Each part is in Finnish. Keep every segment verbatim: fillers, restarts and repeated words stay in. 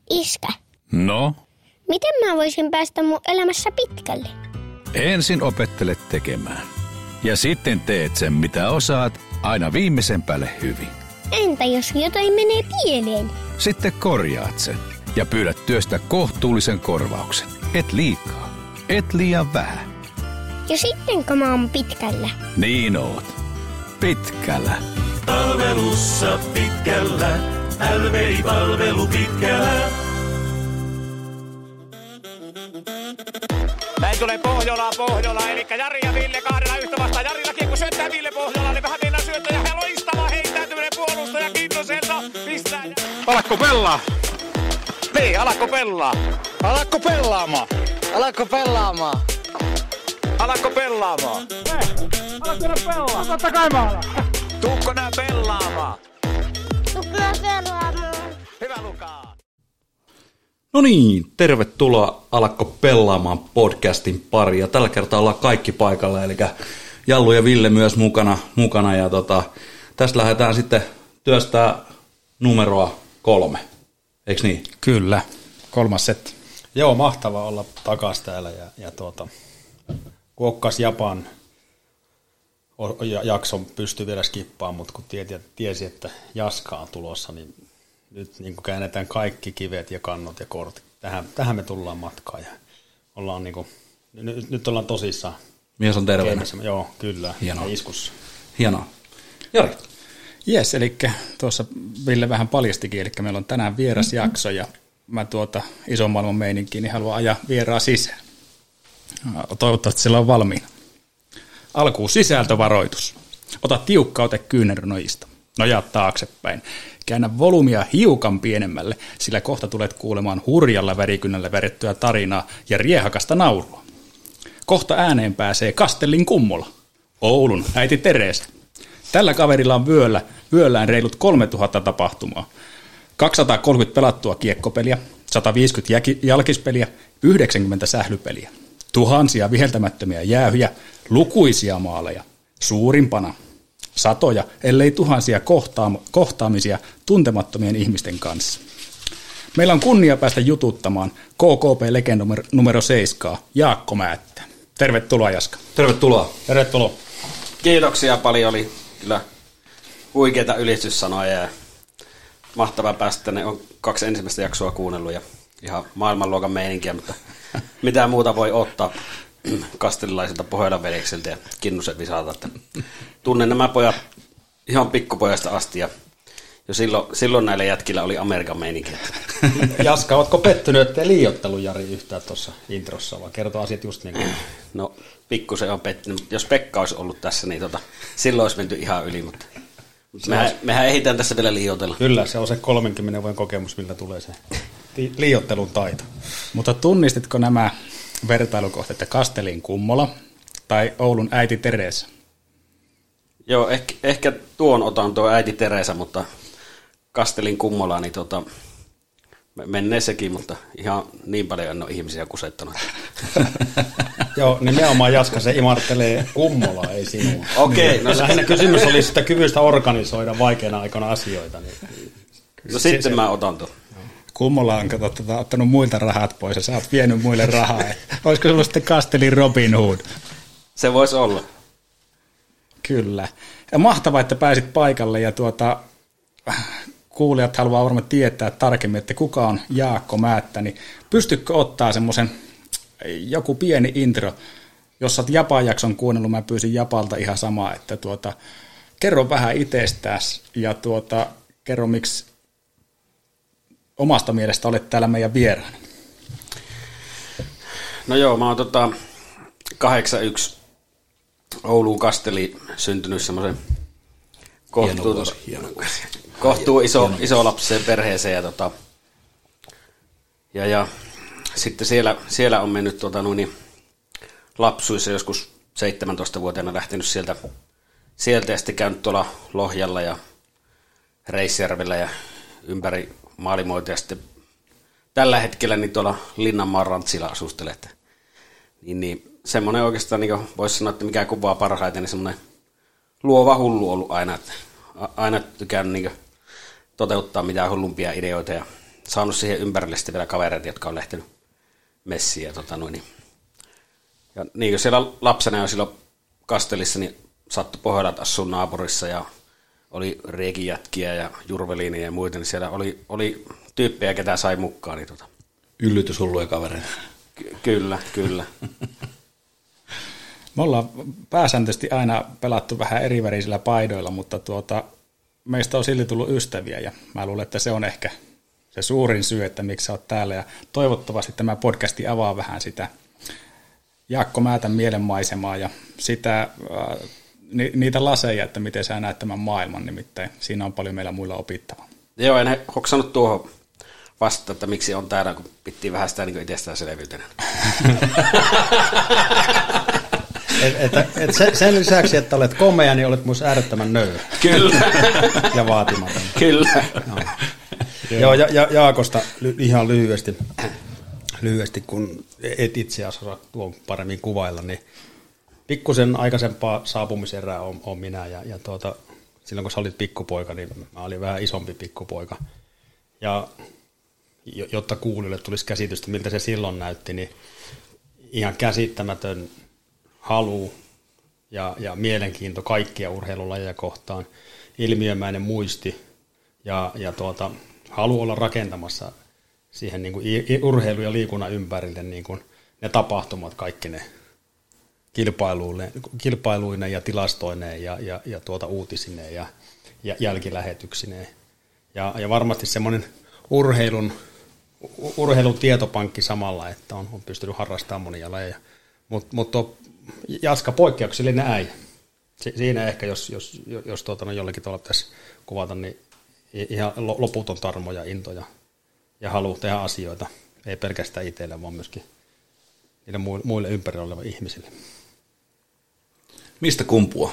Iskä, No? miten mä voisin päästä mun elämässä pitkälle? Ensin opettele tekemään. Ja sitten teet sen, mitä osaat, aina viimeisen päälle hyvin. Entä jos jotain menee pieleen? Sitten korjaat sen ja pyydät työstä kohtuullisen korvauksen. Et liikaa, et liian vähän. Ja sitten kun mä oon pitkällä. Niin oot. Pitkällä. Palvelussa pitkällä, L V I-palvelu pitkällä. Näin tulee Pohjola, Pohjola, eli Jari ja Ville kahdella yhtä vastaan. Jarilla kiekko syöttää Ville Pohjolalle, vähän mennään syöttöjä ja loistava heittäytyminen puolustaja Kintoselta pistää. Alakko pelaa? Niin, alakko pelaa? Alakko pelaamaan? Alatko pelaamaan? Alakko pelaamaan? Alatko pelaa? Totta kai mä alan. Tuukko nää pelaamaan? Tukna pelaamaan. Hyvä Lukaa. No niin, tervetuloa Alakko pelaamaan podcastin pari. Ja tällä kertaa ollaan kaikki paikalla, eli Jallu ja Ville myös mukana. mukana ja tota, tästä lähdetään sitten työstää numeroa kolme, eikö niin? Kyllä, kolmas setti. Joo, mahtavaa olla takas täällä ja, ja tuota, kuokkas Japan jakson pystyi vielä skippaamaan, mutta kun tiesi, tiesi, että Jaska on tulossa, niin nyt niin käännetään kaikki kivet ja kannot ja kortit. Tähän, tähän me tullaan matkaan ja ollaan niin kuin, nyt, nyt ollaan tosissaan. Mies on terveenä. Joo, kyllä. Hienoa. Ja iskussa. Hienoa. Jari. Jes, eli tuossa Ville vähän paljastikin, eli meillä on tänään vierasjakso ja mä tuota ison maailman meininkiin, niin haluan ajaa vieraa sisään. Toivottavasti sillä on valmiina. Alkuun sisältövaroitus. Ota tiukka ote kyynärnojista. Nojaa taaksepäin. Käännä volyymia hiukan pienemmälle, sillä kohta tulet kuulemaan hurjalla värikynnällä värittyä tarinaa ja riehakasta naurua. Kohta ääneen pääsee Kastellin kummola, Oulun äiti Teresa. Tällä kaverilla on vyöllä, vyöllään reilut kolmetuhatta tapahtumaa. kaksisataakolmekymmentä pelattua kiekkopeliä, sata viisikymmentä jalkispeliä, yhdeksänkymmentä sählypeliä. Tuhansia viheltämättömiä jäähyjä, lukuisia maaleja. Suurimpana satoja, ellei tuhansia kohtaam- kohtaamisia tuntemattomien ihmisten kanssa. Meillä on kunnia päästä jututtamaan K K P-legenda numero seitsemän, Jaakko Määttä. Tervetuloa, Jaska. Tervetuloa. Tervetuloa. Kiitoksia paljon, oli kyllä huikeita ylistyssanoja ja mahtavaa päästä tänne. On kaksi ensimmäistä jaksoa kuunnellut ja ihan maailmanluokan meininkiä, mutta mitä muuta voi ottaa kastelilaisilta Pohjolan veljeksiltä ja Kinnusen Visalta. Että tunnen nämä pojat ihan pikkupojasta asti ja jo silloin, silloin näillä jätkillä oli Amerikan meininki. Jaska, ootko pettynyt, ettei liioittelu Jari yhtään tuossa introssa, vaan kertoo asiat just niin kuin... No, pikkusen on pettynyt. Jos Pekka olisi ollut tässä, niin tota, silloin olisi menty ihan yli, mutta mehän, mehän ehditään tässä vielä liioitella. Kyllä, se on se kolmenkymmenen vuoden kokemus, millä tulee se liiottelun taito. Mutta tunnistitko nämä vertailukohteet, että Kastelin kummola tai Oulun äiti Teresa? Joo, ehkä, ehkä tuon otan tuo äiti Teresa, mutta Kastelin kummola, niin tota, menee sekin, mutta ihan niin paljon en ole ihmisiä kusettanut. Joo, nimenomaan Jaska, se imartelee kummola, ei sinua. Okei. No lähinnä kysymys oli sitä kyvystä organisoida vaikeana aikana asioita. Niin, no se, sitten se, mä otan tuon. Kummola on kato, tota, ottanut muilta rahat pois ja sä oot vienyt muille rahaa. Olisiko sulla sitten Kastelin Robin Hood? Se voisi olla. Kyllä. Ja mahtavaa, että pääsit paikalle ja tuota, kuulijat haluaa varmaan tietää tarkemmin, että kuka on Jaakko Määttä, niin pystytkö ottaa semmoisen joku pieni intro, jos olet Japan jakson kuunnellut, mä pyysin Japalta ihan samaa, että tuota, kerro vähän itsestäsi ja tuota, kerro miksi omasta mielestä olet täällä meidän vieraana. No joo, mä oon tota kahdeksankymmentäyksi Ouluun Kasteli syntynyt semmoisen kohtuu, kohtuu iso, iso lapseen perheeseen ja, tota, ja, ja sitten siellä, siellä on mennyt tuota, noin, lapsuissa joskus seitsemäntoistavuotiaana lähtenyt sieltä, sieltä ja sitten käynyt tuolla Lohjalla ja Reisjärvellä ja ympäri maailmoita ja sitten tällä hetkellä niin tuolla Linnanmaan rantsilla asustelee. Niin, niin semmoinen oikeastaan, niin voisi sanoa, että mikä kuvaa parhaiten, niin semmoinen luova hullu ollut aina, että aina tykännyt niin toteuttaa mitään hullumpia ideoita ja saanut siihen ympärille sitten vielä kavereita, jotka on lähtenyt messiin. Ja, tota noin, ja niin kuin siellä lapsena jo silloin Kastelissa, niin sattui Pohjolat asua naapurissa ja oli reikijätkiä ja jurveliinia ja muita, niin siellä oli, oli tyyppejä, ketä sai mukaan. Niin tota. Yllytyshulluja kavereita. Ky- kyllä, kyllä. Me ollaan pääsääntöisesti aina pelattu vähän erivärisillä paidoilla, mutta tuota, meistä on silti tullut ystäviä ja mä luulen, että se on ehkä se suurin syy, että miksi sä oot täällä. Ja toivottavasti tämä podcasti avaa vähän sitä Jaakko Määtän mielenmaisemaa ja sitä, ni, niitä laseja, että miten sä näet tämän maailman, nimittäin siinä on paljon meillä muilla opittavaa. Joo, en hoksannut tuohon vastata, että miksi on täällä, kun pittiin vähän sitä niin itsestään selviytynä. Et, et, et sen, sen lisäksi, että olet komea, niin olet myös äärettömän nöyrä. Kyllä. Ja vaatimaton. Kyllä. No. Joo, ja, ja Jaakosta ihan lyhyesti, lyhyesti, kun et itse asiassa tuon paremmin kuvailla, niin pikkusen aikaisempaa saapumiserää on, on minä, ja, ja tuota, silloin kun sä olit pikkupoika, niin mä olin vähän isompi pikkupoika. Ja jotta kuulijoille tulisi käsitystä, miltä se silloin näytti, niin ihan käsittämätön halu ja, ja mielenkiinto kaikkia urheilulajeja kohtaan, ilmiömäinen muisti ja, ja tuota, halu olla rakentamassa siihen niin kuin urheilu- ja liikunnan ympärille niin kuin ne tapahtumat, kaikki ne kilpailuineen, kilpailuineen ja tilastoineen ja, ja, ja tuota uutisineen ja, ja jälkilähetyksineen. Ja, ja varmasti semmoinen urheilun, urheilun tietopankki samalla, että on, on pystynyt harrastamaan monia lajeja. Mutta mut Jaska poikkeuksellinen äijä. Si, siinä ehkä, jos, jos, jos tuota, no jollekin tuolla pitäisi kuvata, niin ihan loputon tarmo ja into ja, ja halu tehdä asioita. Ei pelkästään itselle, vaan myöskin niille muille ympärillä oleville ihmisille. Mistä kumpua?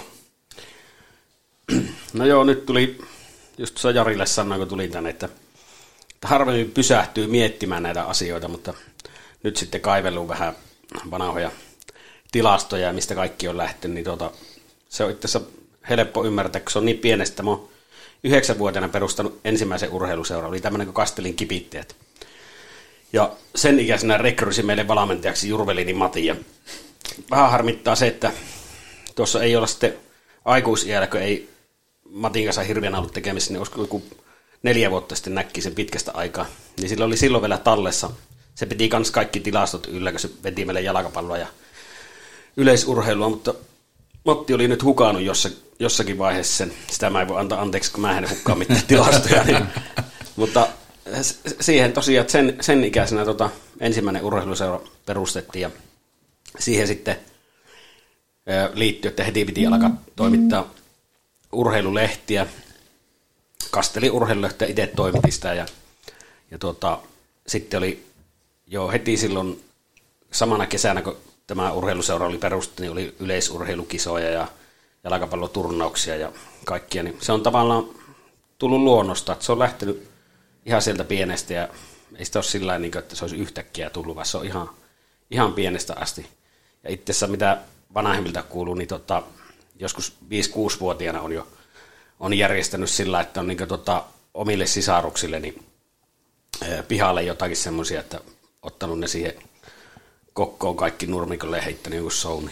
No joo, nyt tuli, just tuossa Jarille sanoin, kun tulin tänne, että, että harvemmin pysähtyy miettimään näitä asioita, mutta nyt sitten kaivellut vähän vanhoja tilastoja, mistä kaikki on lähtenyt, niin tuota, se on itse asiassa helppo ymmärtää, kun se on niin pienestä. Mä oon yhdeksänvuotiaana perustanut ensimmäisen urheiluseuran, oli tämmöinen kuin Kastelin Kipitteet. Ja sen ikäisenä rekrysi meille valmentajaksi Jurvelinin Matin. Ja vähän harmittaa se, että tuossa ei olla sitten aikuisiällä, kun ei Matin kanssa hirveän ollut tekemisissä, niin olisiko joku neljä vuotta sitten näkki sen pitkästä aikaa. Niin sillä oli silloin vielä tallessa. Se piti kans kaikki tilastot yllä, kun se veti meille jalkapalloa ja yleisurheilua, mutta Matti oli nyt hukannut jossa, jossakin vaiheessa sen. Sitä mä en voi antaa anteeksi, kun mä en hukkaa mitään tilastoja. Niin. Mutta siihen tosiaan, että sen, sen ikäisenä tota, ensimmäinen urheiluseura perustettiin ja siihen sitten liittyi, että heti piti alkaa toimittaa urheilulehtiä. Kastelin urheilulehtiä, itse toimitti sitä ja, ja tuota, sitten oli jo heti silloin samana kesänä, kun tämä urheiluseura oli perustettu, niin oli yleisurheilukisoja ja jalkapalloturnauksia ja kaikkia. Niin se on tavallaan tullut luonnosta, että se on lähtenyt ihan sieltä pienestä ja ei sitä ole sillä tavalla, että se olisi yhtäkkiä tullut, vaan se on ihan, ihan pienestä asti. Ja itse asiassa mitä vanhemmilta kuuluu, niin tota, joskus viisi-kuusi-vuotiaana on jo on järjestänyt sillä, että on niin tota, omille sisaruksille niin, ää, pihalle jotakin semmoisia, että ottanut ne siihen kokkoon kaikki nurmikolle ja heittänyt joku show.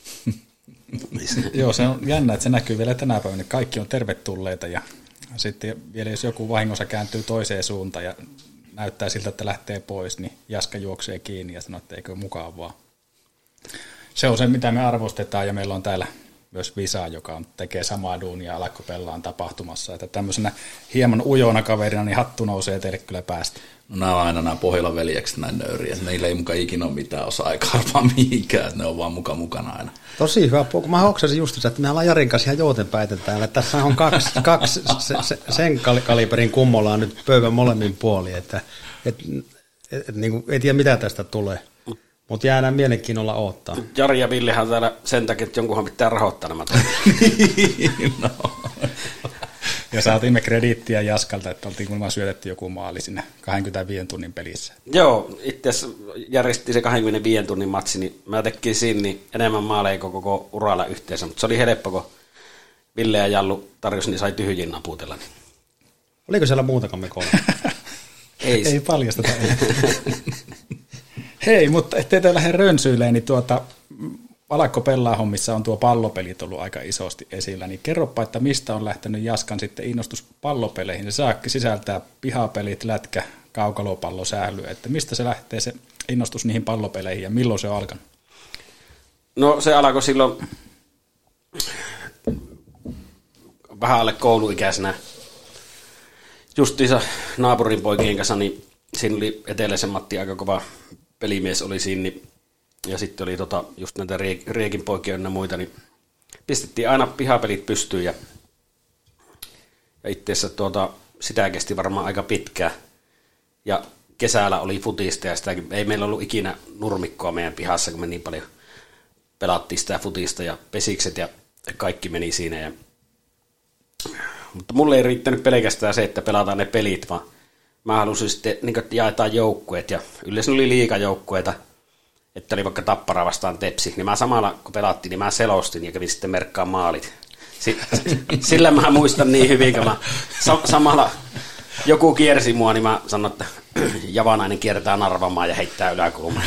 Joo, se on jännä, että se näkyy vielä tänä päivänä. Kaikki on tervetulleita ja sitten vielä jos joku vahingossa kääntyy toiseen suuntaan ja näyttää siltä, että lähtee pois, niin Jaska juoksee kiinni ja sanoo, että eikö mukavaa. Se on se, mitä me arvostetaan ja meillä on täällä myös Visa, joka on, tekee samaa duunia Alakkopellaan tapahtumassa. Että tämmöisenä hieman ujona kaverina, niin hattu nousee teille kyllä päästä. No nämä on aina nämä Pohjolan veljekset näin nöyriä. Meillä ei mukaan ikinä ole mitään osaa eikä arvaa mihinkään, että ne on vaan mukaan mukana aina. Tosi hyvä. Kun mä hoksasin just, että me ollaan Jarin kanssa ihan joutenpäitä täällä. Tässä on kaksi, kaksi se, se, sen kaliberin kummolla on nyt pöydän molemmin puolin. Että, et, et, et, niin kuin, ei tiedä mitä tästä tulee. Mutta jäädään mielenkiinnolla odottaa. Jari ja Villehän täällä sen takia, että jonkunhan pitää rahoittaa nämä. no. Ja saatimme krediittiä Jaskalta, että oltiin kuulemma syötetty joku maali sinne kaksikymmentäviiden tunnin pelissä. Joo, itse asiassa järjestettiin se kaksikymmentäviiden tunnin matsi, niin mä tekin siinä niin enemmän maaleja koko uralla yhteensä, mutta se oli helppo, kun Ville ja Jallu tarjosi, niin sai tyhjin naputella. Niin. Oliko siellä muutakaan me kolme? Ei, ei paljasteta. Hei, mutta ettei te lähde rönsyilemään, niin tuota, Alakko pelaa hommissa on tuo pallopelit ollut aika isosti esillä, niin kerropa, että mistä on lähtenyt Jaskan sitten innostus pallopeleihin. Se saakki sisältää pihapelit, lätkä, kaukalopallo, sähly, että mistä se lähtee se innostus niihin pallopeleihin ja milloin se on alkanut? No se alkoi silloin vähän alle kouluikäisenä. Justiinsa naapurin poikien kanssa, niin siinä oli Eteläisen Matti aika kova pelimies oli siinä, niin, ja sitten oli tota, just näitä Riekin poikia ja muita, niin pistettiin aina pihapelit pystyyn, ja, ja itse asiassa tuota, sitä kesti varmaan aika pitkään, ja kesällä oli futista, ja sitäkin, ei meillä ollut ikinä nurmikkoa meidän pihassa, kun me niin paljon pelattiin sitä futista, ja pesikset, ja kaikki meni siinä, ja mutta mulle ei riittänyt pelkästään se, että pelataan ne pelit, vaan mä halusin sitten, niin kuin, että jaetaan joukkueet, ja yleensä oli liigajoukkueita, että oli vaikka Tappara vastaan Tepsi, niin mä samalla, kun pelattiin, niin mä selostin ja kävin sitten merkkaan maalit. Sillä mä muistan niin hyvin, kun mä samalla joku kiersi mua, niin mä sanoin, että Javanainen kiertää Narvamaan ja heittää yläkulmaan.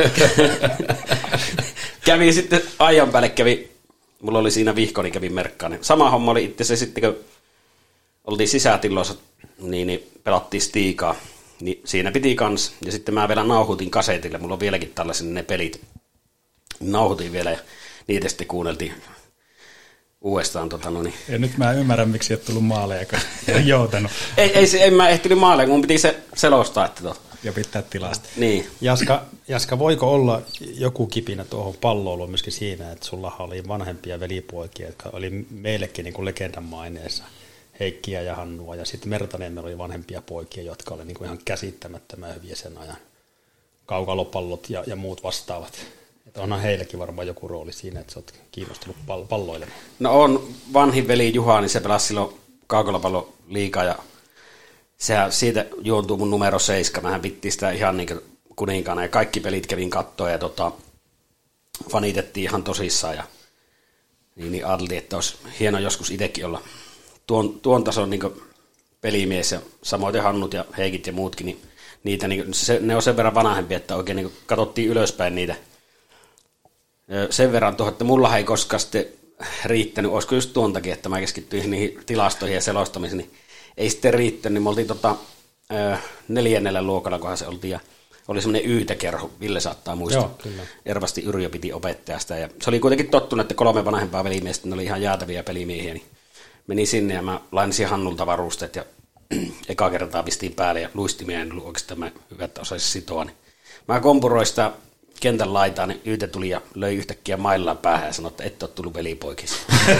Kävin sitten ajan päälle, kävi, mulla oli siinä vihko, niin kävin merkkaan. Sama homma oli itse se sitten, kun oltiin sisätiloissa, niin, niin pelattiin Stiikaa, niin siinä piti kans. Ja sitten mä vielä nauhoitin kasetille, mulla on vieläkin tällaisen ne pelit. Nauhoitin vielä ja niitä sitten kuunneltiin uudestaan. Tota, no niin. Ja nyt mä ymmärrän, miksi et tullut maaleja, kun en joutanut. ei, ei, en mä ehtinyt maaleja, kun mun piti se selostaa. Että to. Ja pitää tilasta. Niin. Jaska, Jaska, voiko olla joku kipinä tuohon palloiluun myöskin siinä, että sulla oli vanhempia velipoikia, jotka oli meillekin niin kuin legendan maineessa, Heikkiä ja Hannua, ja sitten Mertaniemellä oli vanhempia poikia, jotka oli niin kuin ihan käsittämättömän hyviä sen ajan, kaukalopallot ja, ja muut vastaavat. Että onhan heilläkin varmaan joku rooli siinä, että sä oot kiinnostunut pall- palloilemaan. No on vanhin veli Juha, niin se pelasi silloin kaukalopallo liigaa, ja sehän siitä juontuu mun numero seiska. Mähän pittiin sitä ihan niin kuin kuninkaana, ja kaikki pelit kävin kattoon, ja tota, fanitettiin ihan tosissaan, ja niin, niin ajattelin, että olisi hieno joskus itsekin olla tuon, tuon tason niin kuin pelimies, ja samoin Hannut ja Heikit ja muutkin, niin, niitä, niin se, ne on sen verran vanhempia, että oikein niin katsottiin ylöspäin niitä. Sen verran tuohon, että mulla ei koskaan sitten riittänyt, olisiko just tuon takia, että mä keskittyin niihin tilastoihin ja selostamisiin, niin ei sitten riittänyt, niin me oltiin tota, neljännellä luokalla, kunhan se oltiin, ja oli semmoinen yytekerho, Ville saattaa muistaa. Joo, kyllä. Ervasti Yrjö piti opettaa sitä, ja se oli kuitenkin tottunut, että kolme vanhempaa velimiestä, ne oli ihan jäätäviä pelimiehiä, niin meni sinne, ja mä lainasin Hannulta varusteet, ja eka kertaa pistiin päälle, ja luistimia en ollut oikeastaan mä hyvä, että osaisi sitoa, niin mä kompuroin sitä kentän laitaan, niin Yyte tuli ja löi yhtäkkiä maillaan päähän ja sanoi, että et ole tullut velipoikisi.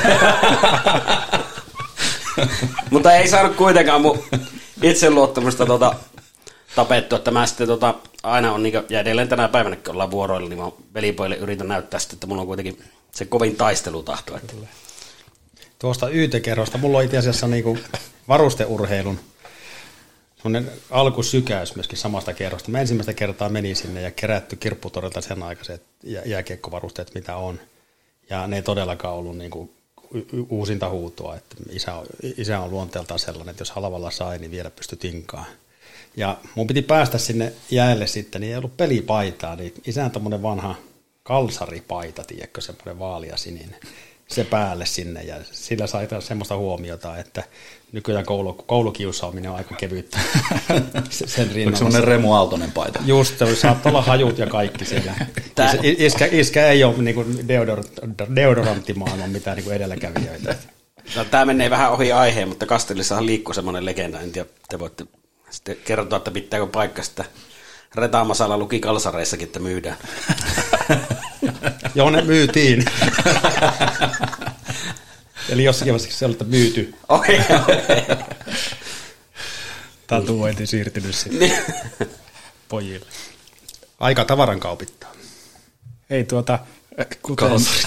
Mutta ei saanut kuitenkaan mun itseluottamusta tota, tapettua, että mä sitten tota, aina on, niin kuin, ja edelleen tänä päivänä, kun ollaan vuoroilla, niin mä velipoille yritän näyttää sitten, että mulla on kuitenkin se kovin taistelutahto. Että. Tuosta Yyte-kerrosta, mulla on itse asiassa niinku varusteurheilun semmoinen alkusykäys myöskin samasta kerrosta. Mä ensimmäistä kertaa menin sinne ja kerätty kirpputorilta sen aikaiset jääkiekkovarusteet, mitä on. Ja ne ei todellakaan ollut niinku uusinta huutoa. Että isä, on, isä on luonteeltaan sellainen, että jos halvalla sai, niin vielä pystyi tinkaan. Ja mun piti päästä sinne jäälle sitten, niin ei ollut pelipaitaa. Niin isän tommoinen vanha kalsaripaita, tiedätkö, semmoinen vaalea sininen. Se päälle sinne ja sillä sai semmoista huomiota, että nykyään koulu, koulukiusaaminen on aika kevyttä sen rinnalla. Oliko semmoinen Remu Aaltonen paita? Just, se saattaa olla hajut ja kaikki siellä. Iskä, iskä ei ole niin deodor, deodoranttimaailman mitään niin edelläkävijöitä. No, tämä menee vähän ohi aiheen, mutta Kastellissahan liikkuu semmoinen legenda. En tiedä, te voitte sitten kertoa, että pitääkö paikka sitä Retamasalla luki kalsareissakin, että myydään. Joo, ne myytiin. Eli jossakin vaiheessa se on, että myyty. Okei, okei. Tatuointi siirtynyt sitten pojille. Aika tavaran kaupittaa. Ei tuota, kuten,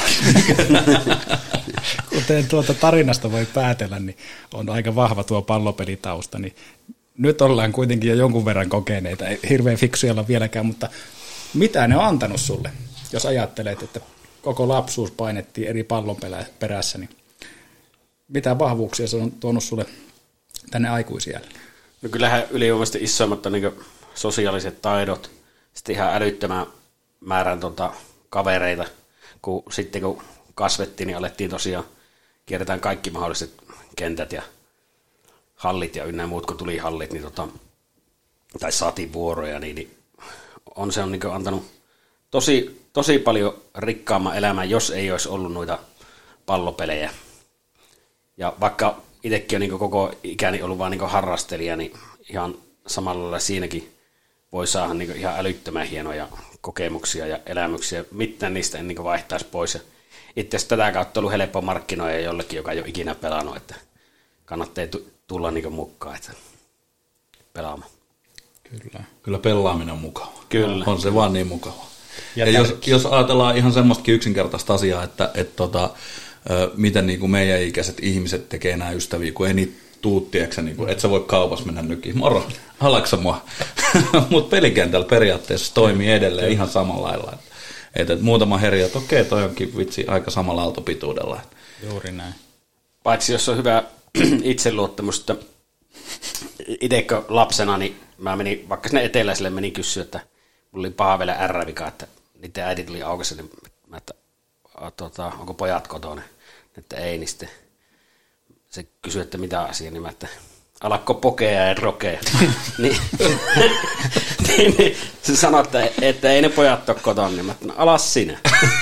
kuten tuota tarinasta voi päätellä, niin on aika vahva tuo pallopelitausta, niin nyt ollaan kuitenkin jo jonkun verran kokeneita, ei hirveän fiksuja olla vieläkään, mutta mitä ne on antanut sulle, jos ajattelet, että koko lapsuus painettiin eri pallon perässä, niin mitä vahvuuksia se on tuonut sulle tänne aikuisiälle? No kyllähän ylivoimaisesti isoimmat on niin sosiaaliset taidot, sitten ihan älyttömän määrän tota, kavereita, kun sitten kun kasvettiin, niin alettiin tosiaan kierretään kaikki mahdolliset kentät ja hallit ja ynnä muut, kun tuli hallit, niin tota, tai saatiin vuoroja, niin, niin on se on niin antanut tosi, tosi paljon rikkaamman elämän, jos ei olisi ollut noita pallopelejä. Ja vaikka itsekin on niin koko ikäni ollut vain niin harrastelija, niin ihan samalla lailla siinäkin voi saada niin ihan älyttömän hienoja kokemuksia ja elämyksiä. Mitään niistä en niin vaihtaisi pois. Ja itse asiassa tätä kautta on ollut helppo markkinoida jollekin, joka ei ole ikinä pelannut, että kannattaa tulla niin mukaan että pelaamaan. Kyllä. Kyllä pelaaminen on mukava. Kyllä. On se vaan niin mukava. Ja, ja jos, jos ajatellaan ihan semmoistakin yksinkertaista asiaa, että et tota, miten niin kuin meidän ikäiset ihmiset tekee nämä ystäviä, kun ei niitä tuu, tiiäksä, niin kuin, et sä voi kaupassa mennä nykiin. Moro, halaksa mua? Mutta pelikentällä periaatteessa toimii edelleen ihan samalla lailla. Että et muutama herja, että okei, toi onkin vitsi aika samalla aaltopituudella. Juuri näin. Paitsi jos on hyvä itseluottamus, että itse lapsena, niin mä menin, vaikka sinne eteläiselle menin kysyä, että mulla oli paha vielä ärrävika, että niiden äiti tuli aukassa, niin mä, että tota, onko pojat kotona, että ei, niin sitten se kysyi, että mitä asia, niin mä, että alakko pokea ja rokea. niin, niin, niin, se sanoi, että, että ei ne pojat ole kotona, niin mä, että no, alas sinä.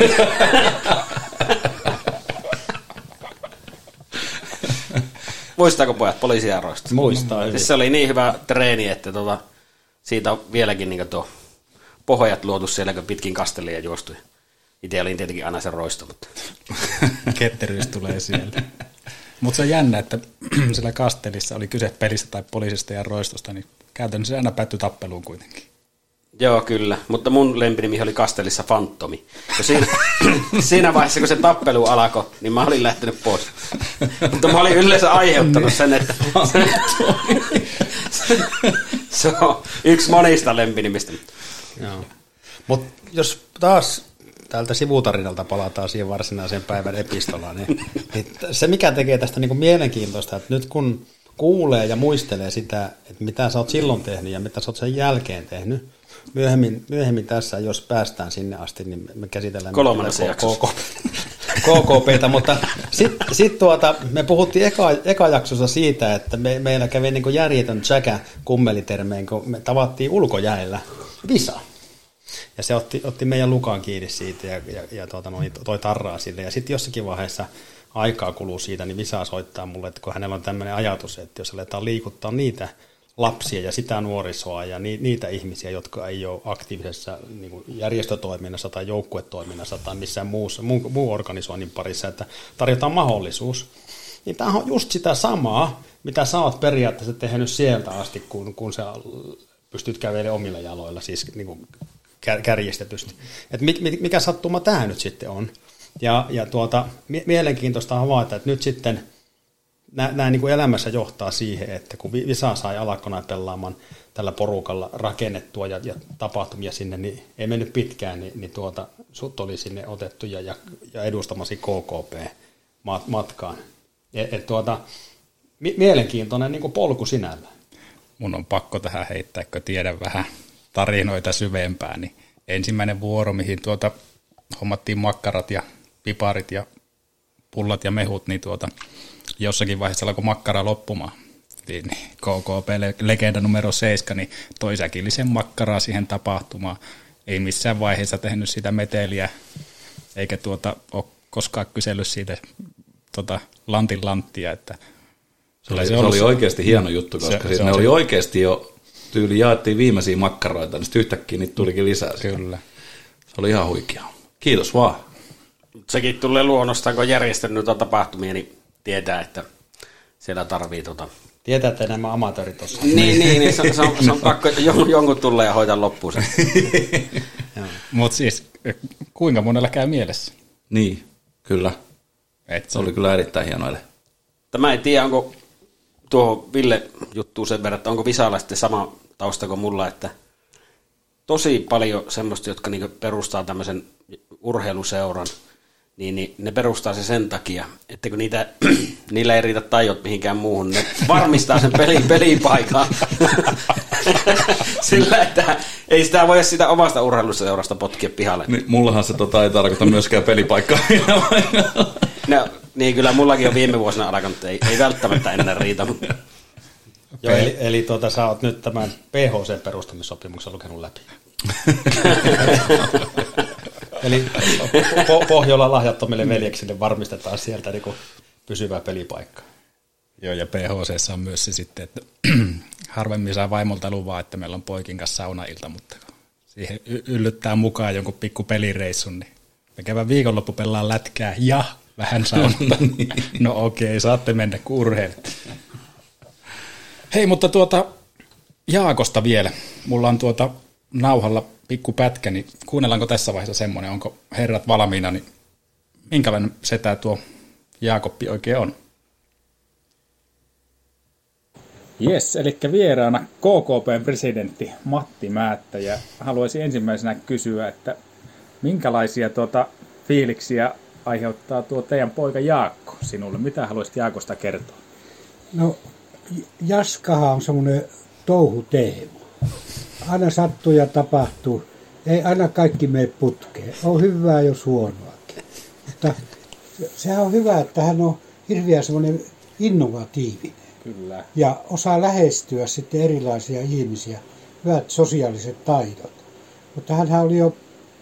Muistaako pojat poliisiaroista? Muistaa. Siis se oli niin hyvä treeni, että tota, siitä on vieläkin niin tuo pohjat luotu siellä, kun pitkin kastelia juostu. Itse olin tietenkin aina se roisto. Mutta ketteryys tulee sieltä. Mutta se on jännä, että siellä kastelissa oli kyse pelistä tai poliisista ja roistosta, niin käytännössä aina päättyi tappeluun kuitenkin. Joo, kyllä. Mutta mun lempinimi oli Kastelissa Fantomi. Siinä, siinä vaiheessa, kun se tappelu alkoi, niin mä olin lähtenyt pois. Mutta mä olin yleensä aiheuttanut sen, että se on yksi monista lempinimistä. Joo. Mutta jos taas täältä sivutarinalta palataan siihen varsinaiseen päivän epistolaan, niin, niin se mikä tekee tästä niin kuin mielenkiintoista, että nyt kun kuulee ja muistelee sitä, että mitä sä oot silloin tehnyt ja mitä sä oot sen jälkeen tehnyt, Myöhemmin, myöhemmin tässä, jos päästään sinne asti, niin me käsitellään kolmannessa jaksossa K K P:tä, mutta sitten sit tuota, me puhuttiin eka, eka jaksossa siitä, että me, meillä kävi niin kuin järjetön tsäkä kummelitermeen, kun me tavattiin ulkojäällä Visa. Ja se otti, otti meidän Lukaan kiinni siitä ja, ja, ja tuota, no, toi tarraa sille. Ja sitten jossakin vaiheessa aikaa kuluu siitä, niin Visa soittaa mulle, että kun hänellä on tämmöinen ajatus, että jos aletaan liikuttaa niitä lapsia ja sitä nuorisoa ja ni, niitä ihmisiä, jotka ei ole aktiivisessa niin kuin järjestötoiminnassa tai joukkuetoiminnassa tai missään muussa, muu, muu organisoinnin parissa, että tarjotaan mahdollisuus. Niin tämä on just sitä samaa, mitä sä oot periaatteessa tehnyt sieltä asti, kun, kun sä pystyt kävelemään omilla jaloilla, siis niin kuin kärjistetysti. Että mikä sattuma tämä nyt sitten on. Ja, ja tuota, mielenkiintoista havaita, että nyt sitten nämä niin kuin elämässä johtaa siihen, että kun Visa sai Alakkona pelaamaan tällä porukalla rakennettua ja, ja tapahtumia sinne, niin ei mennyt pitkään, niin, niin tuota, sut oli sinne otettu ja, ja, ja edustamasi K K P-matkaan. Et, et tuota, mielenkiintoinen niin kuin polku sinällään. Mun on pakko tähän heittää, kun tiedän vähän tarinoita syvempää, niin ensimmäinen vuoro, mihin tuota, hommattiin makkarat ja piparit ja pullat ja mehut, niin tuota, jossakin vaiheessa alkoi makkara loppumaan. Niin K K P-legenda numero seitsemän, niin toi säkillisen makkaraa siihen tapahtumaan. Ei missään vaiheessa tehnyt sitä meteliä, eikä tuota, ole koskaan kysellyt siitä tuota, lantin lanttia. Että se oli, se oli oikeasti hieno juttu, koska se, siis se ne oli oikeasti jo, tyyli jaettiin viimeisiä makkaroita, niin sitten yhtäkkiä niitä tulikin lisää. Kyllä. Se oli ihan huikeaa. Kiitos vaan. Sekin tulee luonnostaan, kun on järjestänyt noita tapahtumia, niin tietää, että siellä tarvii tota... Tietää, että nämä amatöörit tuossa. Niin, niin, niin se, on, se, on, se on pakko jonkun, jonkun tulla ja hoitaa loppuun sen. Mutta siis, kuinka monella käy mielessä? Niin, kyllä. Et se oli kyllä erittäin hieno ele. Mä en tiedä, onko tuohon Ville juttuun sen verran, että onko Visalla sitten sama tausta kuin mulla, että tosi paljon semmoista, jotka niinku perustaa tämmöisen urheiluseuran, niin, niin ne perustaa se sen takia, että kun niitä, niillä ei riitä taidot mihinkään muuhun, ne varmistaa sen peli, pelipaikan. Sillä, että ei sitä voi sitä omasta urheiluseurasta potkia pihalle. Niin, mullahan se tota ei tarkoita myöskään pelipaikkaa. No, niin kyllä mullakin on viime vuosina alkanut, ei, ei välttämättä enää riitä. Mutta... Joo, eli, eli tuota, sä oot nyt tämän P H C-perustamissopimuksen lukenut läpi. Eli po- Pohjolan lahjattomille veljeksille varmistetaan sieltä niin kuin pysyvää pelipaikkaa. Joo, ja P H C:ssä on myös se sitten, että harvemmin saa vaimolta luvaa, että meillä on poikin kanssa saunailta, mutta siihen y- yllyttää mukaan jonkun pikku pelireissun, niin me käydään viikonloppu pelaa lätkää ja vähän saunata. No okei, saatte mennä kun urheilet. Hei, mutta tuota Jaakosta vielä. Mulla on tuota nauhalla pikku pätkä, niin kuunnellaanko tässä vaiheessa semmoinen, onko herrat valmiina, niin minkälainen setä tuo Jaakoppi oikein on? Jes, eli vieraana K K P:n presidentti Matti Määttä, ja haluaisin ensimmäisenä kysyä, että minkälaisia tuota fiiliksiä aiheuttaa tuo teidän poika Jaakko sinulle? Mitä haluaisit Jaakosta kertoa? No, Jaskahan on semmoinen touhuteemo. Aina sattuu ja tapahtuu. Ei aina kaikki mene putkeen. On hyvää jos huonoakin. Mutta sehän on hyvä, että hän on hirveän semmoinen innovatiivinen. Kyllä. Ja osaa lähestyä sitten erilaisia ihmisiä. Hyvät sosiaaliset taidot. Mutta hänhän oli jo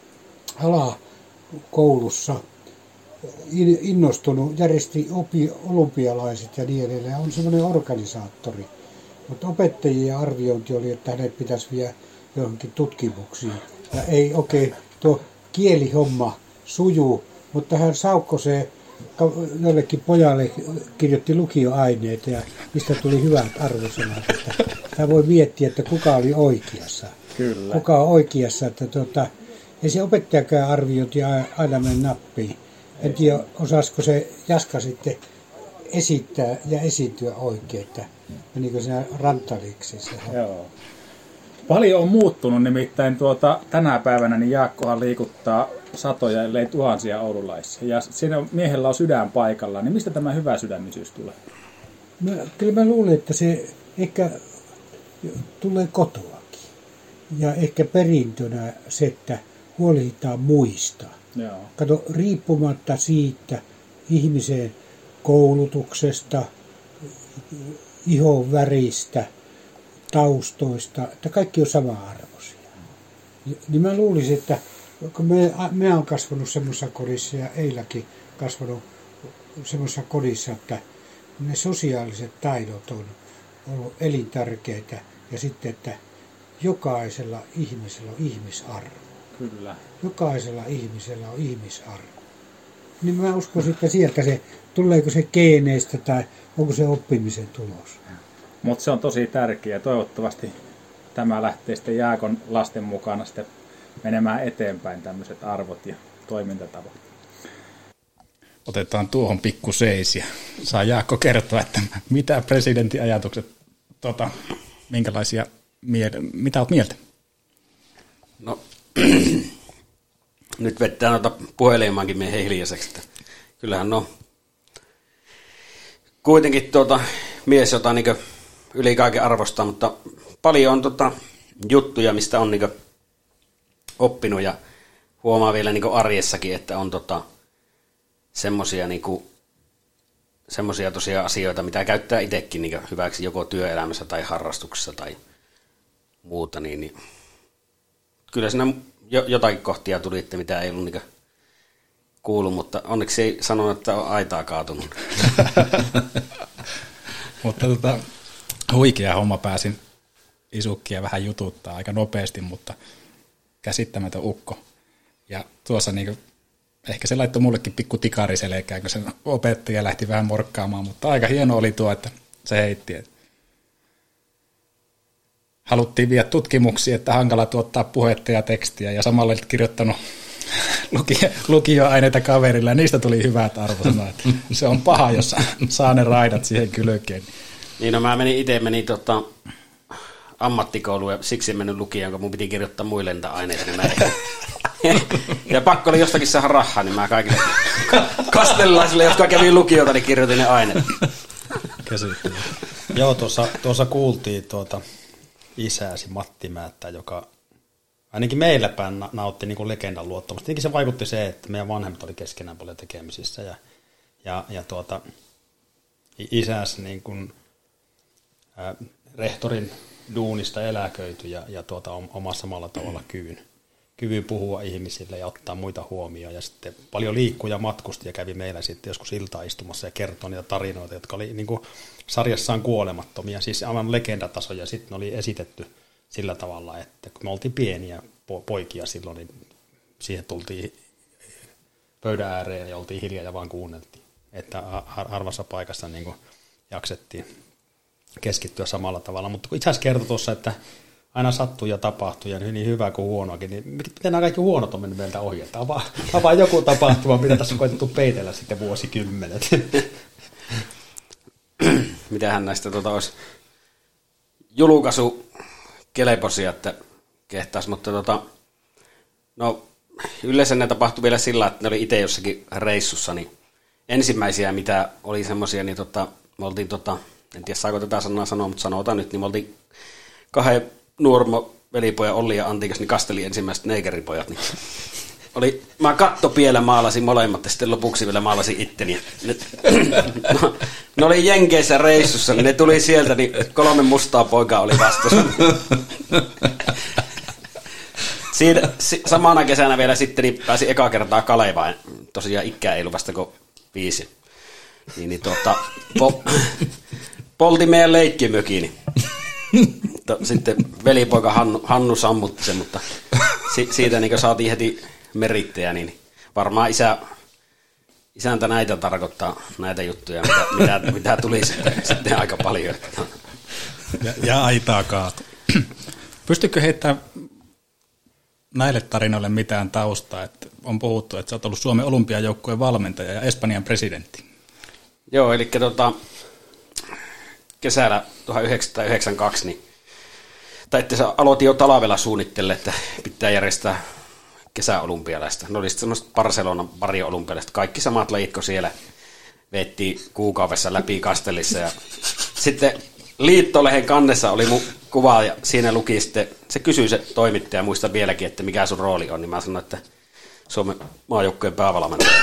alakoulussa innostunut, järjesti opi, olympialaiset ja niin edelleen. On semmoinen organisaattori. Mutta opettajien arviointi oli, että hänet pitäisi viedä johonkin tutkimuksiin. Ja ei oikein tuo kielihomma sujuu, mutta hän saukkoi se jollekin pojalle, kirjoitti lukioaineita ja mistä tuli hyvät arvosanat. Hän voi miettiä, että kuka oli oikeassa. Kyllä. Kuka on oikeassa. Että tuota, ei se opettajakaan arviointi aina mene nappiin. En tiedä, osaisiko se Jaska sitten esittää ja esiintyä oikein, että menikö siinä rantaliksi se. Joo. Paljon on muuttunut, nimittäin tuota, tänä päivänä niin Jaakkohan liikuttaa satoja, ellei tuhansia oululaisia. Ja siinä miehellä on sydän paikalla, niin mistä tämä hyvä sydämisyys tulee? Mä, kyllä mä luulen, että se ehkä tulee kotoakin. Ja ehkä perintönä se, että huolehditaan muista. Joo. Kato, riippumatta siitä ihmisen koulutuksesta, ihon väristä, taustoista, että kaikki on sama-arvoisia. Niin mä luulisin, että kun me, me on kasvanut semmoisessa kodissa ja Eiläkin kasvanut semmoisessa kodissa, että ne sosiaaliset taidot on ollut elintärkeitä ja sitten, että jokaisella ihmisellä on ihmisarvo. Kyllä. Jokaisella ihmisellä on ihmisarvo. Niin mä uskon, että sieltä se, tuleeko se geeneistä tai onko se oppimisen tulos. Mutta se on tosi tärkeää. Toivottavasti tämä lähtee sitten Jaakon lasten mukana sitten menemään eteenpäin tämmöiset arvot ja toimintatavat. Otetaan tuohon pikku seis ja saa Jaakko kertoa, että mitä presidentin ajatukset, tota, minkälaisia, mitä olet mieltä? No, nyt vettää noita puhelimaankin meidän hiljaiseksi. Kyllähän no kuitenkin tuota, mies, jota niin yli kaiken arvostaa, mutta paljon on tota, juttuja, mistä on niin oppinut ja huomaa vielä niin arjessakin, että on tota, semmoisia niin semmoisia tosiaan asioita, mitä käyttää itsekin niin hyväksi joko työelämässä tai harrastuksessa tai muuta, niin, niin kyllä siinä jotakin kohtia tuli, että mitä ei ollut niin kuullut, mutta onneksi ei sanonut, että on aitaa kaatunut. Mutta tota, huikea homma, pääsin isukkia vähän jututtaa aika nopeasti, mutta käsittämätön ukko. Ja tuossa niin kuin, ehkä se laittoi mullekin pikku tikari selkään, kun se opettaja lähti vähän morkkaamaan, mutta aika hieno oli tuo, että se heitti. Että haluttiin viedä tutkimuksia, että hankala tuottaa puhetta ja tekstiä, ja samalla olet kirjoittanut lukioaineita kaverilla, ja niistä tuli hyvät arvosanat. Se on paha, jos saa ne raidat siihen kylkeen. Niin, no mä menin itse menin tota, ammattikouluun, ja siksi en mennyt lukioon, kun mun piti kirjoittaa muille niitä aineita. Niin Ja pakko oli jostakin saada rahaa, niin mä kaikille kastelilaisille, jotka kävi lukiota, niin kirjoitin ne aineet. Käsittely. Joo, tuossa, tuossa kuultiin tuota isääsi Matti Määttä, joka ainakin meillä päin nautti niin kuin legendan luottamusta. Tietenkin se vaikutti se, että meidän vanhemmat oli keskenään paljon tekemisissä ja, ja, ja tuota, isäsi niin kuin, ä, rehtorin duunista eläköity ja, ja tuota, omassa samalla tavalla kyvyn, kyvyn puhua ihmisille ja ottaa muita huomioon. Ja sitten paljon liikkui ja matkusti ja kävi meillä sitten joskus iltaistumassa ja kertoi niitä tarinoita, jotka oli niin kuin sarjassaan kuolemattomia, siis aivan legendatasoja. Sitten ne oli esitetty sillä tavalla, että kun me oltiin pieniä poikia silloin, niin siihen tultiin pöydän ääreen ja oltiin hiljaa ja vaan kuunneltiin. Että harvassa paikassa niin kuin jaksettiin keskittyä samalla tavalla. Mutta kun itse asiassa kertoi tuossa, että aina sattuu ja tapahtuu ja niin hyvä kuin huonoakin, niin miten nämä kaikki huonot on mennyt meiltä ohi? Että avaa, avaa joku tapahtuma, mitä tässä on koetettu peitellä sitten vuosikymmenet. Mitähän näistä tuota olisi julkaisu keleposia, että kehtaisi, mutta tota, no yleensä ne tapahtui vielä sillä, että ne oli itse jossakin reissussa, niin ensimmäisiä, mitä oli semmoisia, niin tota, me oltiin, tota, en tiedä saako tätä sanaa sanoa, mutta sanotaan nyt, niin me oltiin kahden nuormo velipojan Olli ja Antikas, niin kasteli ensimmäiset neikeripojat, niin oli, mä kattopielä maalasin molemmat ja sitten lopuksi vielä maalasin itteni. Ne, no, ne oli Jenkeissä reissussa, niin ne tuli sieltä, niin kolme mustaa poikaa oli vastassa. Siinä, samana kesänä vielä sitten niin pääsin eka kertaa Kalevaan. Tosiaan ikää ei ollut vasta kuin viisi. Niin, niin tuota, po, polti meidän leikkimökiin. Sitten velipoika Hannu, Hannu sammutti sen, mutta si, siitä niin saatiin heti merittejä, niin varmaan isä, isäntä näitä tarkoittaa, näitä juttuja, mitä, mitä, mitä tuli sitten, sitten aika paljon. Ja, ja aitaa kaatu. Pystytkö heittämään näille tarinoille mitään taustaa? Että on puhuttu, että sä oot ollut Suomen olympiajoukkueen valmentaja ja Espanjan presidentti. Joo, eli tota, kesällä tuhatyhdeksänsataayhdeksänkymmentäkaksi, niin, tai että se aloitin jo talvella suunnittele, että pitää järjestää kesäolympialaista. Ne oli sitten semmoiset Barcelonan pari olympialaista. Kaikki samat lajit, kun siellä veettiin kuukaudessa läpi Kastellissa. Ja sitten Liittolehen kannessa oli mun kuva ja siinä luki sitten, se kysyi se toimittaja, muista vieläkin, että mikä sun rooli on, niin mä sanoin, että Suomen maajoukkueen päävalmentaja.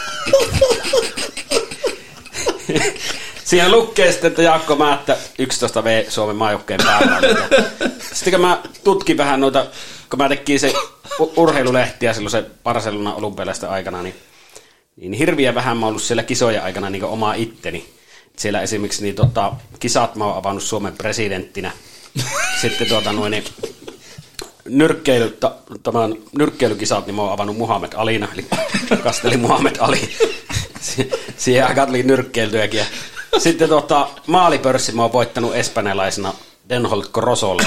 Siinä lukee sitten, että Jaakko Määttä yksitoista vuotta Suomen maajoukkueen päävalmentaja. Sitten kun mä tutkin vähän noita, kun mä tekin se urheilulehtiä silloin se Barcelonan olympialaisten aikana, niin, niin hirviä vähän mä oon ollut siellä kisojen aikana niin oma itteni. Siellä esimerkiksi niin, tota, kisat mä oon avannut Suomen presidenttinä. Sitten tuota, noin, niin, nyrkkeily, ta, tämän nyrkkeilykisat niin mä oon avannut Muhammed Alina, eli kasteli Muhammed Ali. Siihen aikaan tuli nyrkkeiltyäkin. Sitten tota, maalipörssi mä oon voittanut espanjalaisena Denholt Grosolle.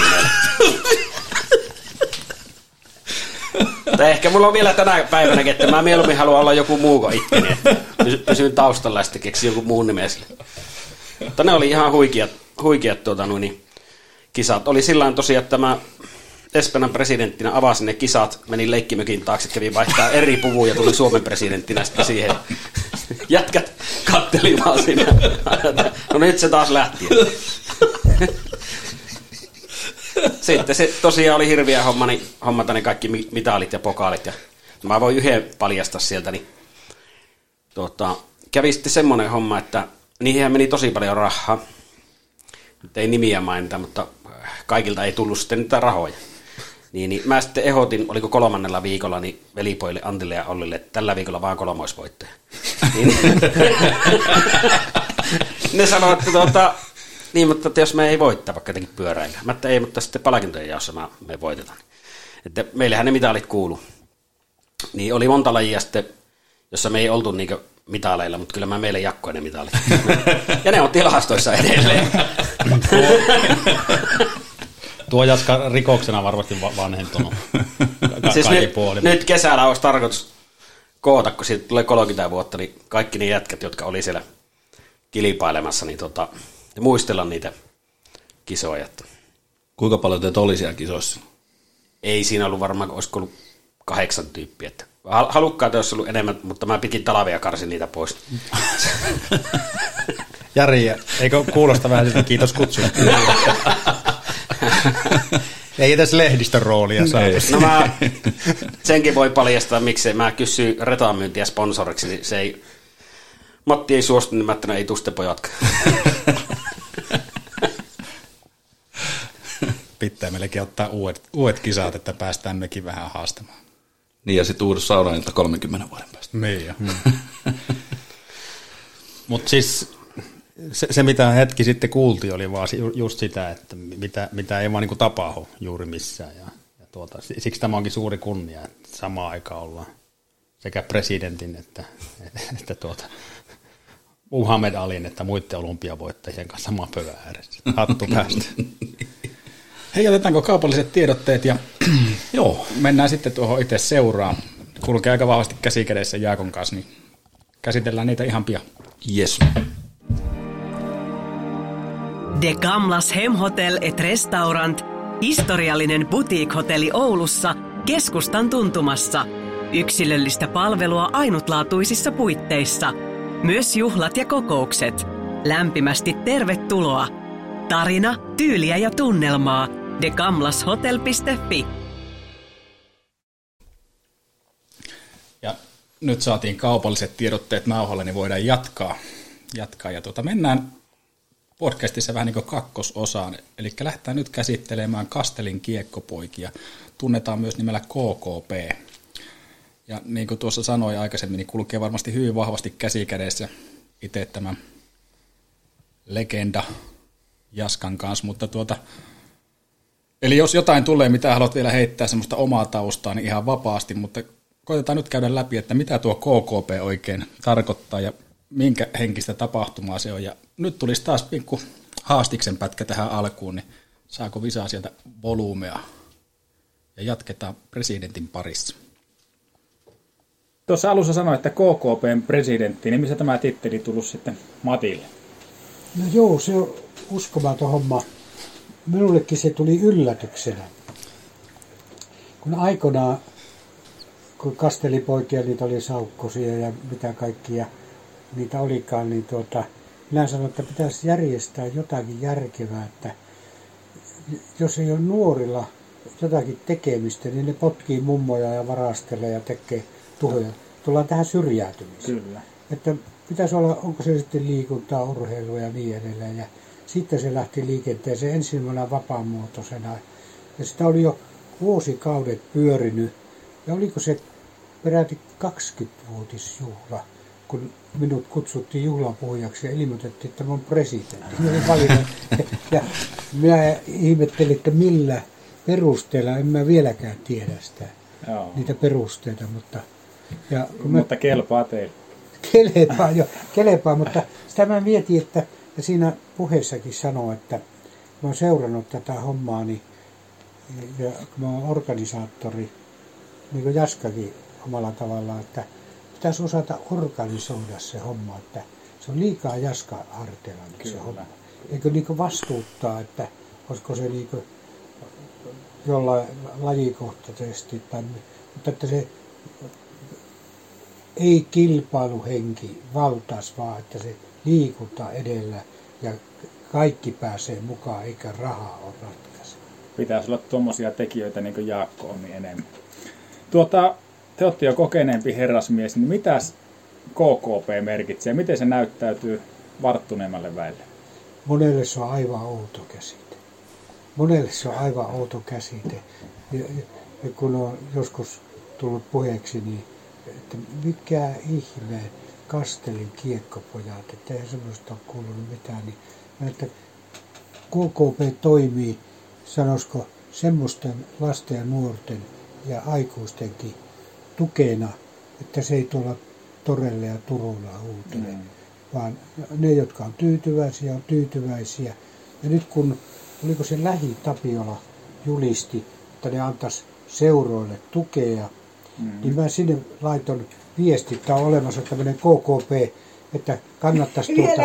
Tai ehkä mulla on vielä tänä päivänäkin, että mä mieluummin haluan olla joku muu kuin itteni. Pysyn taustalla ja sitten keksin joku muun nimesille. Mutta ne oli ihan huikeat, huikeat tuota, noin, kisat. Oli sillain tosiaan, että mä Espanjan presidenttinä avasin ne kisat, menin leikkimökin taakse, kävin vaihtaa eri puvuja ja tuli Suomen presidenttinä sitten siihen. Jätkät katteli vaan siinä. No nyt se taas lähti. Sitten se tosiaan oli hirviä homma, niin hommata ne kaikki mitalit ja pokaalit. Ja mä voin yhden paljastaa sieltä. Niin, tuota, kävi sitten semmoinen homma, että niihin meni tosi paljon rahaa. Nyt ei nimiä mainita, mutta kaikilta ei tullut sitten niitä rahoja. Niin, niin mä sitten ehdotin, oliko kolmannella viikolla, niin velipoille Antille ja Ollille, että tällä viikolla vaan kolmoisvoittoja. Niin, ne sanoivat, että tuota, niin, mutta jos me ei voittaa vaikka jotenkin pyöräillä. Mä että ei, mutta sitten palkintojen jaossa me voitetaan. Että meillähän ne mitalit kuuluu. Niin oli monta lajia sitten, jossa me ei oltu niinku mitaleilla, mutta kyllä mä meille jakkoin ne mitalit. Ja ne on tilastoissa edelleen. Tuo Jaska rikoksena varmasti vanhentunut. Ka- siis nyt, nyt kesällä olisi tarkoitus koota, kun siitä tulee kolmekymmentä vuotta, niin kaikki ne jätkät, jotka oli siellä kilpailemassa, niin tota, muistella niitä kisoja. Kuinka paljon teitä oli siellä kisoissa? Ei siinä ollut varmaan, olisiko ollut kahdeksan tyyppiä. Että halukkaita olisi ollut enemmän, mutta mä pitin talvia karsin niitä pois. Jari, eikö kuulosta vähän sitä kiitos kutsusta? Ei edes lehdistön roolia saatu. No mä senkin voi paljastaa, miksi mä kysyin retamyyntiä sponsoriksi, niin se ei, Matti ei suostu, niin mä että ei tuste pojatkaan. Pitää melkein ottaa uudet, uudet kisat, että päästään mekin vähän haastamaan. Niin ja sitten uudessa saunailta kolmenkymmenen vuoden päästä. Niin jo. Hmm. Mutta siis se, se, mitä hetki sitten kuultiin, oli vaan just sitä, että mitä, mitä ei vaan niin kuin tapahdu juuri missään. Ja, ja tuota, siksi tämä onkin suuri kunnia, että samaan aikaan ollaan sekä presidentin että, että tuota, Muhammed Alin että muiden olympiavoittajien kanssa samaan pöydän ääressä. Hattu päästä. Hei, otetaanko kaupalliset tiedotteet ja joo, mennään sitten tuohon itse seuraan. Kulkee aika vahvasti käsikädessä Jaakon kanssa, niin käsitellään niitä ihan pian. Yes. De Gamlas Hemhotel et Restaurant, historiallinen boutique-hotelli Oulussa, keskustan tuntumassa. Yksilöllistä palvelua ainutlaatuisissa puitteissa. Myös juhlat ja kokoukset. Lämpimästi tervetuloa. Tarina, tyyliä ja tunnelmaa. de gamlas hotel piste fi. Ja nyt saatiin kaupalliset tiedotteet nauhalle, niin voidaan jatkaa. jatkaa. Ja tuota, mennään podcastissa vähän niin kuin kakkososaan. Eli lähdetään nyt käsittelemään Kastelin kiekkopoikia. Tunnetaan myös nimellä K K P. Ja niin kuin tuossa sanoin aikaisemmin, niin kulkee varmasti hyvin vahvasti käsikädessä itse tämä legenda Jaskan kanssa, mutta tuota, eli jos jotain tulee, mitä haluat vielä heittää semmoista omaa taustaa, niin ihan vapaasti, mutta koitetaan nyt käydä läpi, että mitä tuo K K P oikein tarkoittaa ja minkä henkistä tapahtumaa se on. Ja nyt tulisi taas pikku haastiksen pätkä tähän alkuun, niin saako Visaa sieltä volyymea ja jatketaan presidentin parissa. Tuossa alussa sanoin, että K K P:n presidentti, niin missä tämä titteli tullut sitten Matille? No joo, se on uskomaton homma. Minullekin se tuli yllätyksenä. Kun aikoinaan, kun kastelipoikia, niitä oli saukkosia ja mitä kaikkia niitä olikaan, niin tuota, minä sanoin, että pitäisi järjestää jotakin järkevää, että jos ei ole nuorilla jotakin tekemistä, niin ne potkii mummoja ja varastelee ja tekee tuhoja. Tullaan tähän syrjäytymiseen. Kyllä. Että pitäisi olla, onko se sitten liikuntaa, urheilua ja niin edelleen. Ja sitten se lähti liikenteeseen ensimmäisenä vapaamuotoisena. Ja sitä oli jo vuosikaudet pyörinyt. Ja oliko se peräti kaksikymmenvuotisjuhla, kun minut kutsuttiin juhlapuhujaksi ja ilmoitettiin, että mä oon presidentti. Minä olin valinnut. Ja minä ihmettelin, että millä perusteella, en mä vieläkään tiedä sitä, Joo. niitä perusteita. Mutta, ja mutta mä, kelpaa teille. Kelepaa, jo, kelepaa, mutta sitä mä mietin, että ja siinä puheessakin sanoo, että mä oon seurannut tätä hommaa, niin, ja mä oon organisaattori, niin kuin Jaskakin omalla tavallaan, että pitäisi osata organisoida se homma, että se on liikaa Jaska harteilla se homma. Eikö niin kuin vastuuttaa, että olisiko se niin kuin jollain lajikohtaisesti, tai, mutta että se ei kilpailuhenki valtaisi, vaan että se liikunta edellä ja kaikki pääsee mukaan, eikä rahaa ole ratkaisu. Pitäisi olla tuommoisia tekijöitä, niin kuin Jaakko on, niin enemmän. Tuota, te olette jo kokeneempi herrasmies, niin mitäs K K P merkitsee? Miten se näyttäytyy varttuneemmalle väelle? Monelle se on aivan outo käsite. Monelle se on aivan outo käsite. Ja, ja kun on joskus tullut puheeksi, niin että mikä ihme Kastelin kiekkopojat, että eihän semmoista ole kuulunut mitään, niin että K K P toimii, sanoisiko, semmoisten lasten ja nuorten ja aikuistenkin tukena, että se ei tuolla torelle ja Turulla huutele, mm. vaan ne, jotka on tyytyväisiä, on tyytyväisiä. Ja nyt kun, oliko se Lähi Tapiola julisti, että ne antaisi seuroille tukea, mm. niin mä sinne laiton viesti, että on olemassa tämmöinen K K P, että kannattaisi tuota...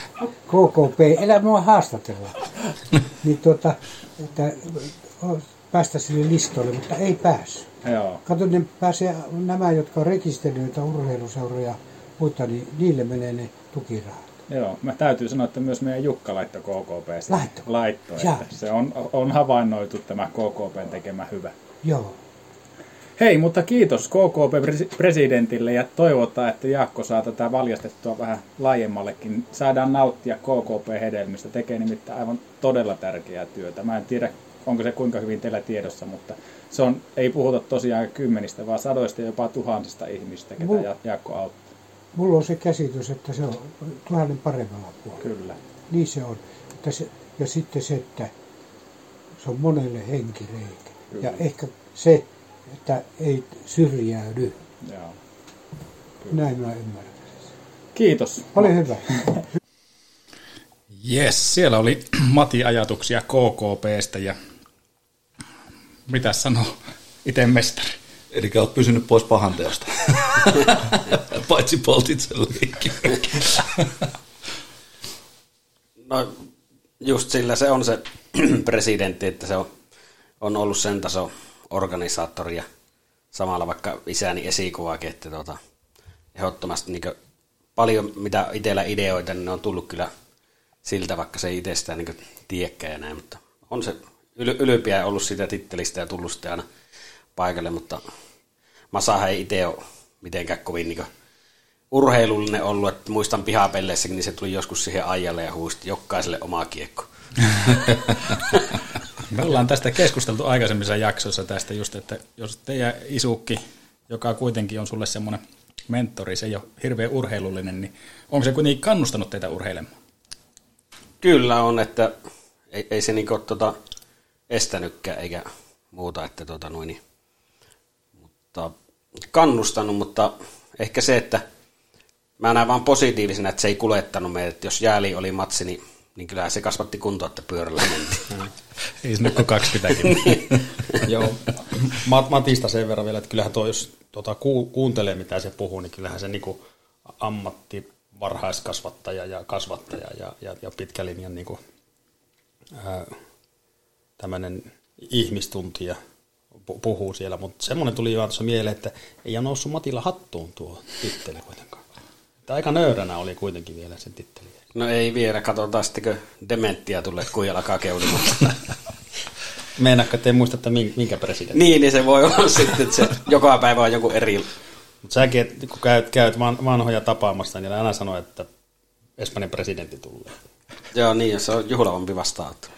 K K P, elä mua haastatella. Niin tuota, että päästä sille listoille, mutta ei päässyt. Joo. Kato, ne pääsee, nämä, jotka on rekisteröitä urheiluseuroja ja muita, niin niille menee ne tukirahat. Joo, mä täytyy sanoa, että myös meidän Jukka laittoi K K P:stä. Laitto. Laitto, että se on, on havainnoitu tämä K K P:n tekemä hyvä. Joo. Hei, mutta kiitos K K P-presidentille ja toivotaan, että Jaakko saa tätä valjastettua vähän laajemmallekin. Saadaan nauttia K K P-hedelmistä, tekee nimittäin aivan todella tärkeää työtä. Mä en tiedä, onko se kuinka hyvin teillä tiedossa, mutta se on, ei puhuta tosiaan kymmenistä, vaan sadoista ja jopa tuhansista ihmistä, ketä Mul, Jaakko auttaa. Mulla on se käsitys, että se on tuhannen paremmalla puolella. Kyllä. Niin se on. Että se, ja sitten se, että se on monelle henkireikä. Kyllä. Ja ehkä se, että ei syrjäydy. Joo. Näin mä ymmärrän. Kiitos. Oli hyvä. Jes, siellä oli Matin ajatuksia K K P:stä ja mitä sanoo itse mestari? Eli olet pysynyt pois pahanteosta. Paitsi poltit sen liikki. No just sillä se on se presidentti, että se on, on ollut sen taso organisaattori ja samalla vaikka isäni esikuvaakin, että tuota, ehdottomasti niin paljon mitä itsellä ideoita, niin ne on tullut kyllä siltä, vaikka se ei itsestään niin tiedäkään ja näin, mutta on se yl- ylpeä ollut siitä tittelistä ja tullut sitten aina paikalle, mutta Masahan ei itse ole mitenkään kovin niin urheilullinen ollut, että muistan pihapelleissäkin, niin se tuli joskus siihen aijalle ja huusti jokaiselle oma kiekko. Me ollaan tästä keskusteltu aikaisemmissa jaksoissa tästä just, että jos teidän isukki, joka kuitenkin on sulle semmoinen mentori, se ei ole hirveän urheilullinen, niin onko se kuitenkin kannustanut teitä urheilemaan? Kyllä on, että ei, ei se niin ole tuota estänytkään eikä muuta, että tuota noin, mutta kannustanut, mutta ehkä se, että mä näen vaan positiivisena, että se ei kulettanut meitä, että jos jääli oli matsi, niin, niin kyllähän se kasvatti kuntoa, että pyörällä mentiin. Ei sinne kuin kaksikymmentäkin. Joo, Matista sen verran vielä, että kyllähän tuo, jos tuota, ku, kuuntelee mitä se puhuu, niin kyllähän se niinku ammatti varhaiskasvattaja ja kasvattaja ja, ja, ja pitkälinjan niinku, tämmöinen ihmistuntija puhuu siellä, mutta semmoinen tuli jo tuossa mieleen, että ei ole noussut Matilla hattuun tuo titteli kuitenkaan. Että aika nöyränä oli kuitenkin vielä sen titteli. No ei vielä, katsotaan sittenkö dementtiä tulee, kun alkaa keulimaan. Meinaatko, että ei muista, että minkä presidentti? Niin, niin se voi olla sitten, että se joka päivä on joku eri. Mutta säkin, kun käyt, käyt vanhoja tapaamasta, niin aina sanoo, että Espanjan presidentti tulee. Joo, niin, se on juhlavampi vastaanotto.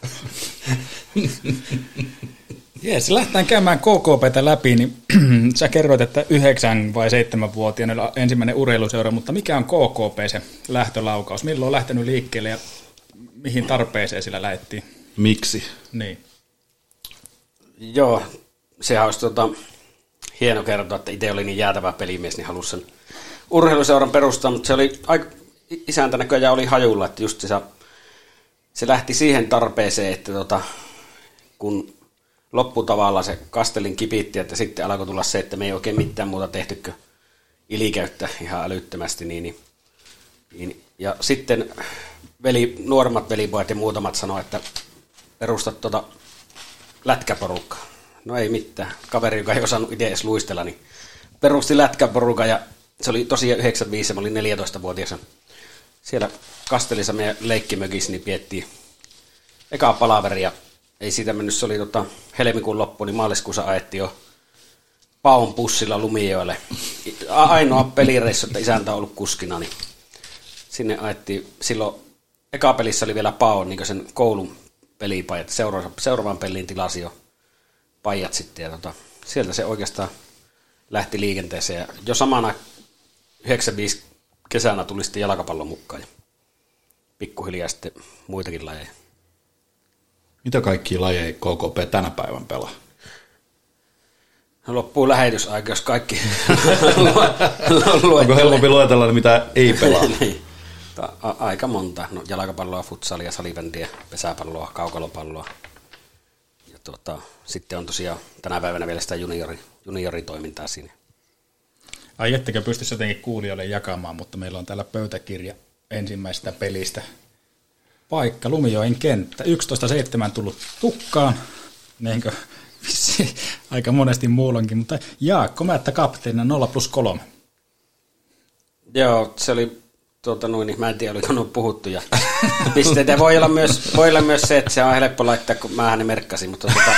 Jees, lähdetään käymään K K P:tä läpi, niin sä kerroit, että yhdeksän- vai seitsemänvuotiaana ensimmäinen urheiluseura, mutta mikä on K K P se lähtölaukaus? Milloin on lähtenyt liikkeelle ja mihin tarpeeseen sillä lähdettiin? Miksi? Niin. Joo, sehän olisi tuota, hieno kertoa, että itse oli niin jäätävä pelimies, niin halusi sen urheiluseuran perustaa, mutta se oli aika, isäntä näköjään oli hajulla, että just se, se lähti siihen tarpeeseen, että tota, kun lopputavalla se Kastelin kipitti, että sitten alkoi tulla se, että me ei oikein mitään muuta tehtykö ilikäyttä ihan älyttömästi. Niin, niin, niin, ja sitten veli, nuoremmat velipojat ja muutamat sanoivat, että perustat tuota lätkäporukkaa. No ei mitään. Kaveri, joka ei osannut itse edes luistella, niin perusti lätkäporukkaa ja se oli tosiaan yhdeksänkymmentäviisi, mä olin neljätoistavuotias. Siellä Kastelissa meidän leikkimökissä niin piettiin ekaa palaveria. Ei siitä mennyt, se oli tota, helmikuun loppu, niin maaliskuussa ajettiin jo Paon bussilla Lumijoelle. Ainoa pelireissu, että isäntä on ollut kuskina, niin sinne ajettiin. Silloin eka pelissä oli vielä Paon niin sen koulun pelipajat. Seuraavan, seuraavan peliin tilasi jo pajat sitten. Ja tota, sieltä se oikeastaan lähti liikenteeseen. Ja jo samana yhdeksänkymmentäviisi kesänä tuli sitten jalkapallon mukaan. Ja pikkuhiljaa sitten muitakin lajeja. Mitä kaikkia lajeja K K P tänä päivän pelaa? No loppuu lähetysaika, jos kaikki Onko helpompi luetella, mitä ei pelaa? Niin. A- aika monta. No, jalkapalloa, futsalia, salibändiä, pesäpalloa, kaukalopalloa. Ja tuota, sitten on tosiaan tänä päivänä vielä sitä juniori, junioritoimintaa siinä. Ai ettekö pystyisi jotenkin kuulijoille jakamaan, mutta meillä on täällä pöytäkirja ensimmäisestä pelistä. Paikka, Lumijoen kenttä. yksitoista seitsemän tullut tukkaan. Niinkö Aika monesti muulloinkin, mutta Jaakko Määttä kapteenina nolla plus kolme. Joo, se oli, tuota noin, mä en tiedä, oliko noin puhuttu. Ja pisteitä voi olla, myös, voi olla myös se, että se on helppo laittaa, kun mä hänen merkkasin. Mutta tota,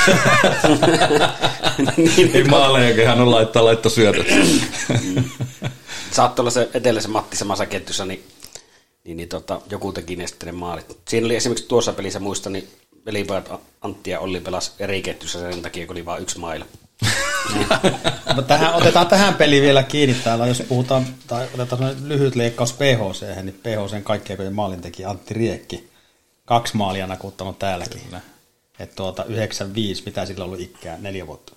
niin, ei maalejakin on laittaa laittosyötöt. Saattoi olla se eteläisen Matti samassa ketjussa, niin, niin, niin tota, joku teki ne sitten ne maalit. Siinä oli esimerkiksi tuossa pelissä, muistan, niin velipojat Antti ja Olli pelas eri ketjussa sen takia, kun oli vain yksi maila. No tähän, otetaan tähän peliin vielä kiinni täällä, jos puhutaan, tai otetaan lyhyt leikkaus P H C, niin P H C:n kaikkein maalin teki Antti Riekki. Kaksi maalia nakuttanut täälläkin. Että tuota, yhdeksänkymmentäviisi, mitä sillä on ollut ikää? Neljä vuotta.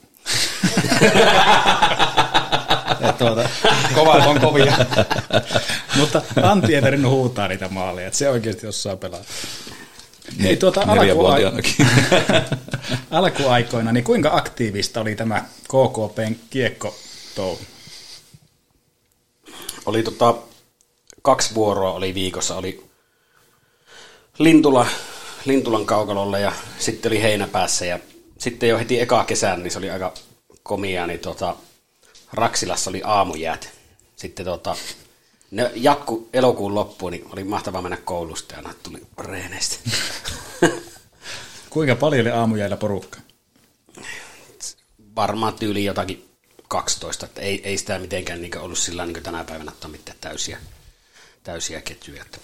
Että tuota, kovat on kovia. Mutta Antti ei tarvinnut huutaa niitä maaleja, että se oikeasti osaa pelata. Ei, tuota, alkuaikoina, alkuaikoina, niin kuinka aktiivista oli tämä K K P:n kiekko-touhu? Oli tota, kaksi vuoroa oli viikossa, oli Lintula, Lintulan kaukalolla ja sitten oli Heinäpäässä ja sitten jo heti eka kesän, niin se oli aika komia, niin tota, Raksilassa oli aamujäät. Sitten tota, ne jakku elokuun loppuun, niin oli mahtavaa mennä koulusta ja näitä tuli reeneistä. Kuinka paljon oli aamujäillä porukka? Varmaan tyyli jotakin kaksitoista, että ei, ei sitä mitenkään niin ollut sillä niin tänä päivänä ottaa mitään täysiä, täysiä ketjuja. Että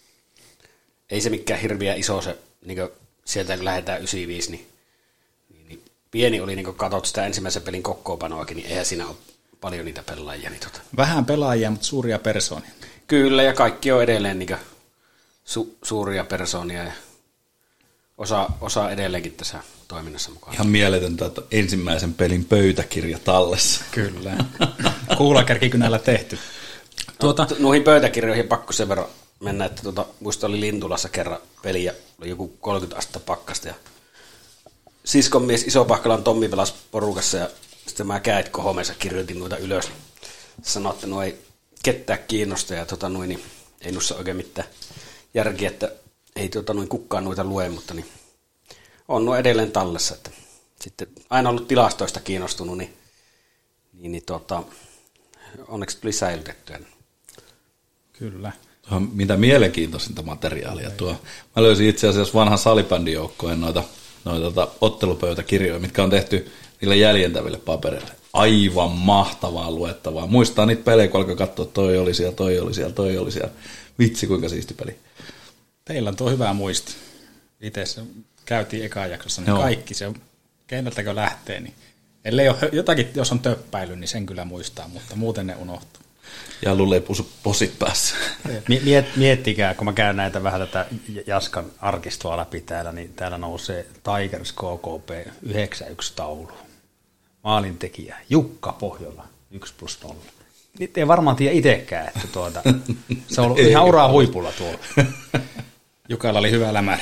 ei se mikään hirviä iso se, niin sieltä kun lähdetään yhdeksänkymmentäviisi, niin, niin, niin pieni oli, niin kun katsot sitä ensimmäisen pelin kokkoopanoakin, niin eihän siinä ole paljon niitä pelaajia. Niin tota. Vähän pelaajia, mutta suuria persoonia. Kyllä, ja kaikki on edelleen niin su, suuria persoonia, ja osa, osa edelleenkin tässä toiminnassa mukaan. Ihan mieletöntä, että ensimmäisen pelin pöytäkirja tallessa. Kyllä. Kuulakärkikynällä tehty. Tuota, no, noihin pöytäkirjoihin pakko sen verran mennä, että tuota, muista oli Lintulassa kerran peli ja oli joku kolmekymmentä astetta pakkasta ja siskon mies Iso-Pahkalan Tommi pelasi porukassa ja sitten mä käet kohomeensa kirjoitin noita ylös. Sanoin, että no ei ketään kiinnosta ja tota, noin, niin ei nussa oikein mitään järkiä, että ei tota, noin kukaan noita lue, mutta niin, on nuo edelleen tallessa. Että sitten aina ollut tilastoista kiinnostunut, niin, niin, niin tota, onneksi tuli säilytettyä. Kyllä. Tuo mitä mielenkiintoisinta materiaalia tuo. Mä löysin itse asiassa vanhan salibändijoukkojen noita, noita tota, ottelupöytäkirjoja, mitkä on tehty niille jäljentäville papereille. Aivan mahtavaa luettavaa. Muistaa niitä pelejä, kun alkoi katsoa, toi oli siellä, toi oli siellä, toi oli siellä. Vitsi, kuinka siisti peli. Teillä on tuo hyvä muisti. Itse se käytiin ekaan jaksossa, niin kaikki se, kentältäkö lähtee, niin ellei ole jotakin, jos on töppäily, niin sen kyllä muistaa, mutta muuten ne unohtuu. Ja Lulle ei pusu posit päässä. Miet, miettikää, kun mä käyn näitä vähän tätä Jaskan arkistoa läpi täällä, niin täällä nousee Tigers K K P yhdeksänkymmentäyksi taulu. Maalintekijä Jukka Pohjola, yksi plus nolla. Niitä ei varmaan tiedä itsekään, että tuota, se on ollut ihan uraa huipulla tuolla. Jukalla oli hyvä lämäri.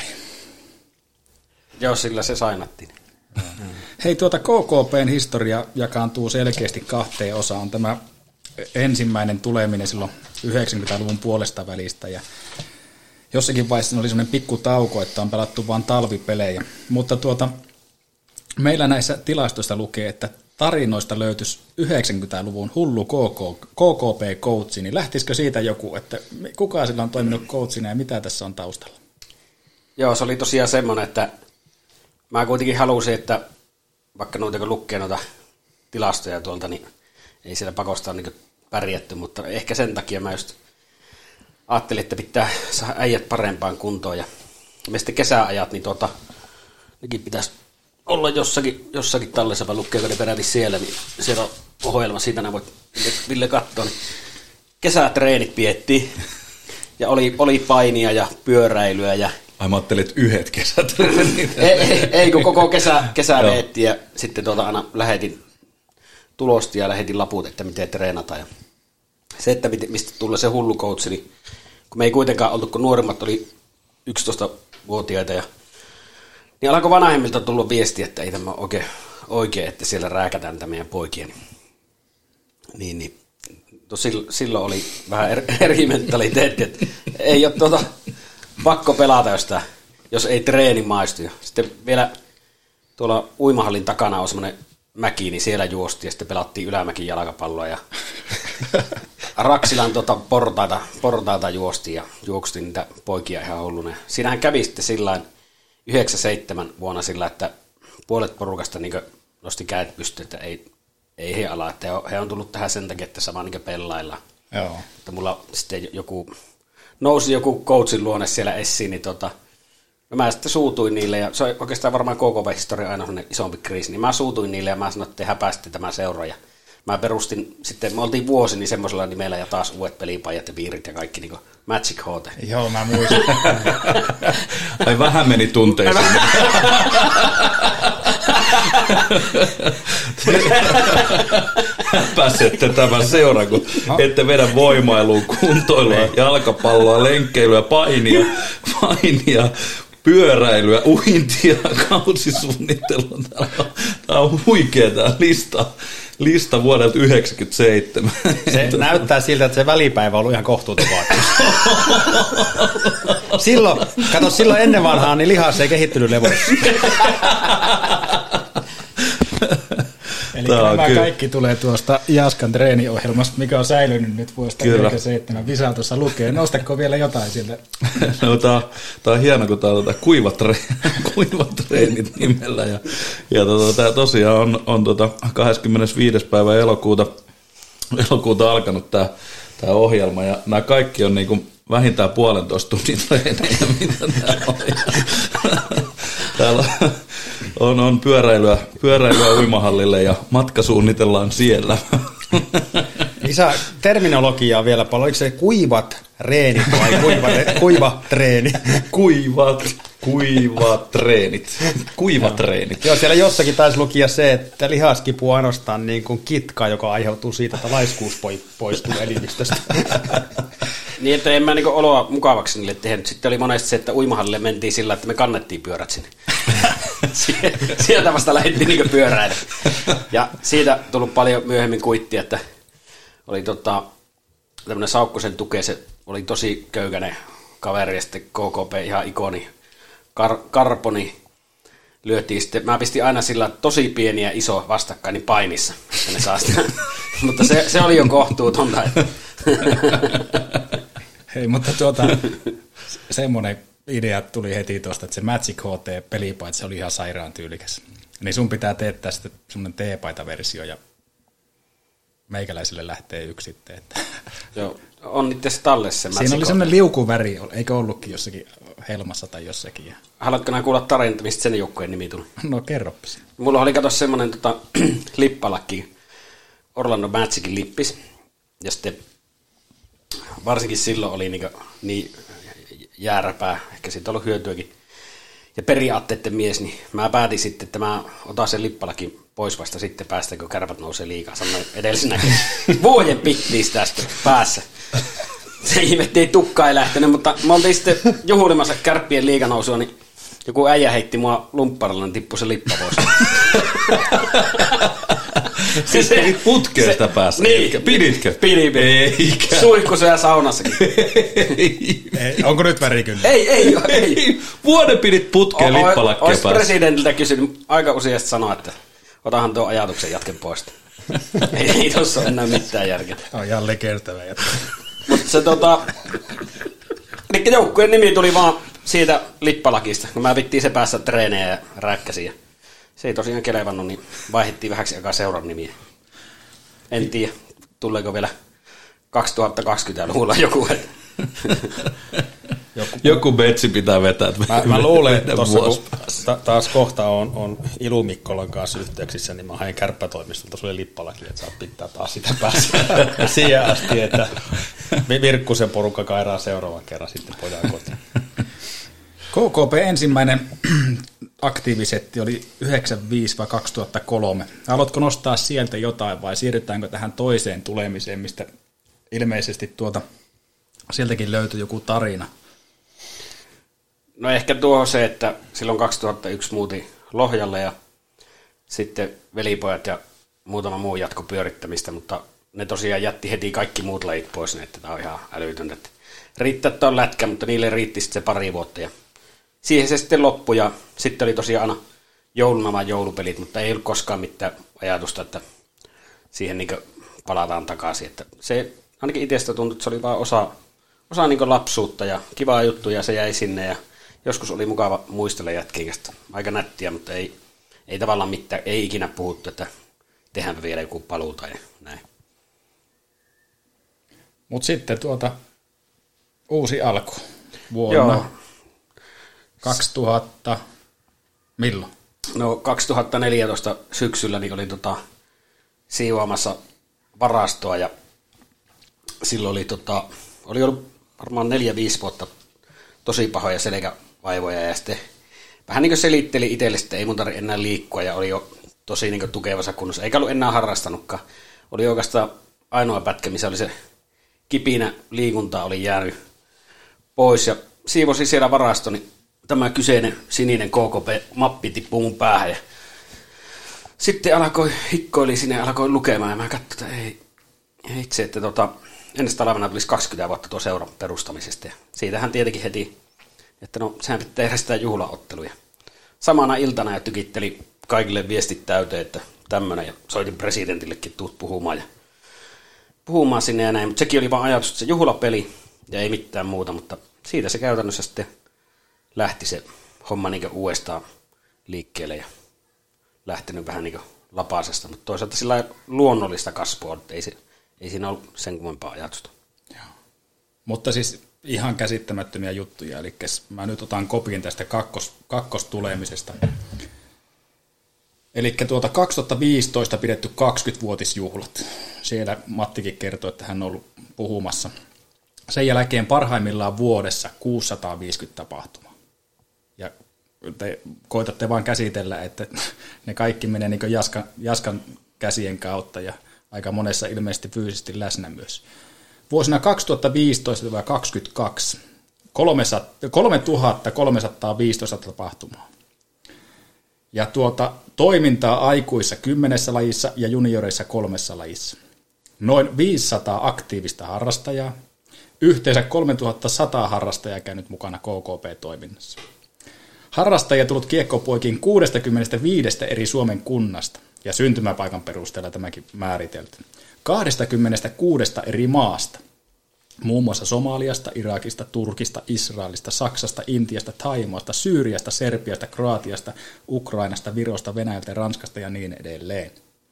Joo, sillä se sainattiin. Hei, tuota K K P:n historia jakaantuu selkeästi kahteen osaan. On tämä ensimmäinen tuleminen silloin yhdeksänkymmentäluvun puolesta välistä ja jossakin vaiheessa oli semmoinen pikku tauko, että on pelattu vain talvipelejä. Mutta tuota, meillä näissä tilastoissa lukee, että tarinoista löytyisi yhdeksänkymmentäluvun hullu K K P-coachi, niin lähtisikö siitä joku, että kuka sillä on toiminut coachina ja mitä tässä on taustalla? Joo, se oli tosiaan semmoinen, että mä kuitenkin halusin, että vaikka noita kun lukee noita tilastoja tuolta, niin ei siellä pakosta ole niin pärjätty, mutta ehkä sen takia mä just ajattelin, että pitää saada äijät parempaan kuntoon. Ja me sitten kesäajat, niin tuota, nekin pitäisi olla jossakin, jossakin tallessa, vai lukeeko ne peräti siellä, niin siellä on ohjelma, siitä nämä voit Ville katsoa. Niin kesätreenit piettiin, ja oli, oli painia ja pyöräilyä. Ja ai mä ajattelin, että yhdet kesätreenit. ei, ei, ei, kun koko kesä, kesä reetti, ja sitten tuota aina lähetin tulosti ja lähetin laput, että miten treenataan. Ja se, että mistä tulee se hullu coach, niin kun me ei kuitenkaan oltu, kun nuoremmat oli yksitoistavuotiaita, ja niin alkoi vanhemmilta tulla viesti, että ei tämä ole oikein, oikein, että siellä rääkätään niitä meidän poikia. Niin, niin silloin oli vähän eri, eri mentaliteetti, että ei ole tuota, pakko pelata jostain, jos ei treeni maistu. Ja sitten vielä tuolla uimahallin takana on semmoinen mäki, niin siellä juostiin ja sitten pelattiin ylämäkin jalkapalloa ja Raksilan tota portaita, portaita juostiin ja juokstiin niitä poikia ihan hulluna. Siinähän kävi sitten sillain yhdeksänkymmentäseitsemän vuonna sillä, että puolet porukasta niin nosti kädet pystyyn, että ei, ei he ala, että he on tullut tähän sen takia, että sama niin pelailla. Joo. Että mulla sitten joku, nousi joku coachin luonne siellä esiin, niin tota, mä sitten suutuin niille, ja se on oikeastaan varmaan K K V-historia aina sellainen isompi kriisi, niin mä suutuin niille, ja mä sanoin, että te häpäisitte tämän seuraa, ja mä perustin sitten, me oltiin vuosi niin semmoisella nimellä, ja taas uudet pelipajat ja piirit ja kaikki niin kuin Magic H T. Joo, mä muistan. Ai vähän meni tunteisiin. Pääsette tämän seuran, kun no. ette vedä voimailua, kuntoilua, jalkapalloa, lenkkeilyä, painia, painia, pyöräilyä, uintia, kausisuunnittelua. Tämä on huikea tämä lista. Lista vuodelta yhdeksänkymmentäseitsemän. Se näyttää siltä, että se välipäivä on ollut ihan kohtuuton vaatimus. Silloin, kato, silloin ennen vanhaa, niin lihas ei kehittynyt levossa. Eli nämä kyllä. Kaikki tulee tuosta Jaskan treeniohjelmasta, mikä on säilynyt nyt vuodesta yhdeksänkymmentäseitsemän. Visa tuossa lukee. Nostako vielä jotain sille? No, tämä, tämä on hieno, kun tämä on tuota kuivatreenit, kuivatreenit nimellä. Ja, ja tuota, tämä tosiaan on, on tuota kahdeskymmenesviides päivä elokuuta, elokuuta alkanut tämä, tämä ohjelma. Ja nämä kaikki on niin kuin vähintään puolentoista tunnin treenejä, mitä tämä on. Täällä on, on pyöräilyä, pyöräilyä uimahallille ja matka suunnitellaan siellä. Lisää terminologiaa vielä paljon. Oliko se kuivat reenit vai kuiva, kuiva treeni? Kuivat, kuivat treenit. Kuivat treenit. Joo, siellä jossakin taisi lukia se, että lihaskipu ainoastaan niin kuin kitka, joka aiheutuu siitä, että laiskuus poistuu elimistöstä. Niin, että en mä niin oloa mukavaksi niille tehnyt. Sitten oli monesti se, että uimahallille mentiin sillä, että me kannettiin pyörät sinne. Sieltä vasta lähdettiin niin pyöräillä. Ja siitä tullut paljon myöhemmin kuittia, että oli tota, tämmöinen Saukkosen tuke, se oli tosi köykäinen kaveri ja sitten K K P ihan ikoni. Kar- Karponi lyötiin sitten, mä pistin aina sillä tosi pieni ja iso vastakkain niin painissa, että ne saa sitä. Mutta se, se oli jo kohtuutonta. Hei, mutta tuota, semmoinen idea tuli heti tuosta, että se Magic H T-pelipaita, se oli ihan sairaan tyylikäs. Niin sun pitää teettää sitten semmoinen T-paita-versio ja meikäläiselle lähtee yksi sitten. Että. Joo, on itse asiassa tallessa se Magic. Siinä oli semmoinen liukuväri, eikö ollutkin jossakin Helmassa tai jossakin. Haluatko nää kuulla tarinat, mistä sen joukkueen nimi tuli? No kerropas. Mulla oli kato semmoinen tota, lippalakki, Orlando Magicin lippis, ja sitten varsinkin silloin oli niin, niin jääräpää, ehkä siitä on ollut hyötyäkin, ja periaatteiden mies, niin mä päätin sitten, että mä otan sen lippalakin pois vasta sitten päästä, kun Kärpät nousee liikaa. Sanoin edellisenäkin vuoden pittiis tästä päässä. Se ihmetti, ei tukka ei lähtenyt, mutta me oltiin sitten juhlimassa Kärppien liiganousua, niin joku äijä heitti mua lumpparilla, niin tippui se lippa pois. Siis pidit putkeesta päässä. Niin. Piditkö? Pidin, pidin. Eikä. Suihkussa ja saunassakin. Ei, onko nyt väri kyllä? Ei, ei, ei. Vuoden pidit putkeen lippalakkeen päässä. Olisi presidentiltä kysynyt aika useasti sanoa, että otahan tuon ajatuksen jatken pois. ei, ei tuossa ole enää mitään järkeä. On ihan lekertävä jätkä. Mutta se tota... Eli joukkueen nimi tuli vaan siitä lippalakista, kun mä pittiin se päässä treenejä ja rääkkäsiä. Se ei tosiaan kelevannut, niin vaihdettiin vähäksi aikaa seuran nimiä. En tiedä, tuleeko vielä kaksituhattakaksikymmentäluvulla joku. Joku, joku betsi pitää vetää. Mä, mä luulen, että tuossa kun ta, taas kohta on, on Ilu Mikkolan kanssa yhteyksissä, niin mä hain kärppätoimistolta sulle lippalaki, että saat pitää taas sitä päässä siihen asti, että Virkkusen porukka kairaa seuraavan kerran sitten pojan kotiin. K K P ensimmäinen aktiivisetti oli yhdeksänkymmentäviisi vai kaksituhattakolme. Haluatko nostaa sieltä jotain vai siirrytäänkö tähän toiseen tulemiseen, mistä ilmeisesti tuota, sieltäkin löytyi joku tarina? No ehkä tuo se, että silloin kaksituhattayksi muutin Lohjalle ja sitten velipojat ja muutama muu jatko pyörittämistä, mutta ne tosiaan jätti heti kaikki muut lajit pois, niin että tämä on ihan älytöntä. Riittää, että on lätkä, mutta niille riitti sitten se pari vuotta ja siihen se sitten loppui ja sitten oli tosiaan aina joulunavan joulupelit, mutta ei ollut koskaan mitään ajatusta, että siihen niin palataan takaisin. Että se ainakin itsestä tuntui, että se oli vaan osa, osa niin lapsuutta ja kivaa juttu ja se jäi sinne ja joskus oli mukava muistella jätkiästä. Aika nättiä, mutta ei, ei tavallaan mitään, ei ikinä puhuttu, että tehdäänpä vielä joku paluu tai näin. Mutta sitten tuota uusi alku vuonna Joo. kaksituhatta, milloin? No kaksituhattaneljätoista syksyllä niin olin tota, siivoamassa varastoa ja silloin oli, tota, oli ollut varmaan neljä, viisi vuotta tosi pahoja selkävaivoja ja sitten vähän niin kuin selitteli itselle, että ei mun tarvitse enää liikkua ja oli jo tosi niin kuin tukevassa kunnossa, eikä ollut enää harrastanutkaan. Oli oikeastaan ainoa pätkä, missä oli se kipinä liikuntaa oli jäänyt pois ja siivosin siellä varasto, niin tämä kyseinen sininen K K P-mappi tippui mun päähän ja sitten alkoi, hikkoili sinne ja alkoi lukemaan ja mä katsoin, että ei, ei itse, että tota, ennen talvena tulisi kaksikymmentä vuotta tuon seuran perustamisesta ja siitähän tietenkin heti, että no sehän pitää järjestää juhlaotteluja. Samana iltana ja tykitteli kaikille viestit täyteen, että tämmöinen ja soitin presidentillekin tuut puhumaan ja puhumaan sinne ja näin, mutta sekin oli vaan ajatus, että se juhlapeli ja ei mitään muuta, mutta siitä se käytännössä sitten lähti se homma niin uudestaan liikkeelle ja lähtenyt vähän niin lapasesta, mutta toisaalta sillä luonnollista kasvua, että ei, se, ei siinä ollut sen kummempaa ajatusta. Joo. Mutta siis ihan käsittämättömiä juttuja, eli mä nyt otan kopin tästä kakkos, kakkostulemisesta. Eli tuota kaksituhattaviisitoista pidetty kaksikymmenvuotisjuhlat. Siellä Mattikin kertoi, että hän on ollut puhumassa. Sen jälkeen parhaimmillaan vuodessa kuusisataaviisikymmentä tapahtumaa. Ja te koitatte vaan käsitellä, että ne kaikki menee niin kuin Jaskan, Jaskan käsien kautta ja aika monessa ilmeisesti fyysisesti läsnä myös. Vuosina kaksituhattaviisitoista kaksikymmentäkaksi kolmetuhatta kolmesataaviisitoista tapahtumaa. Ja tuota, toimintaa aikuissa kymmenessä lajissa ja junioreissa kolmessa lajissa. Noin viisisataa aktiivista harrastajaa. Yhteensä kolmetuhattasata harrastajaa käynyt mukana K K P-toiminnassa. Harrastajia tullut kiekkopoikin kuusikymmentäviisi eri Suomen kunnasta, ja syntymäpaikan perusteella tämäkin määritelty. kaksikymmentäkuusi eri maasta, muun muassa Somaliasta, Irakista, Turkista, Israelista, Saksasta, Intiasta, Thaimaasta, Syyriasta, Serbiasta, Kroatiasta, Ukrainasta, Virosta, Venäjältä, Ranskasta ja niin edelleen.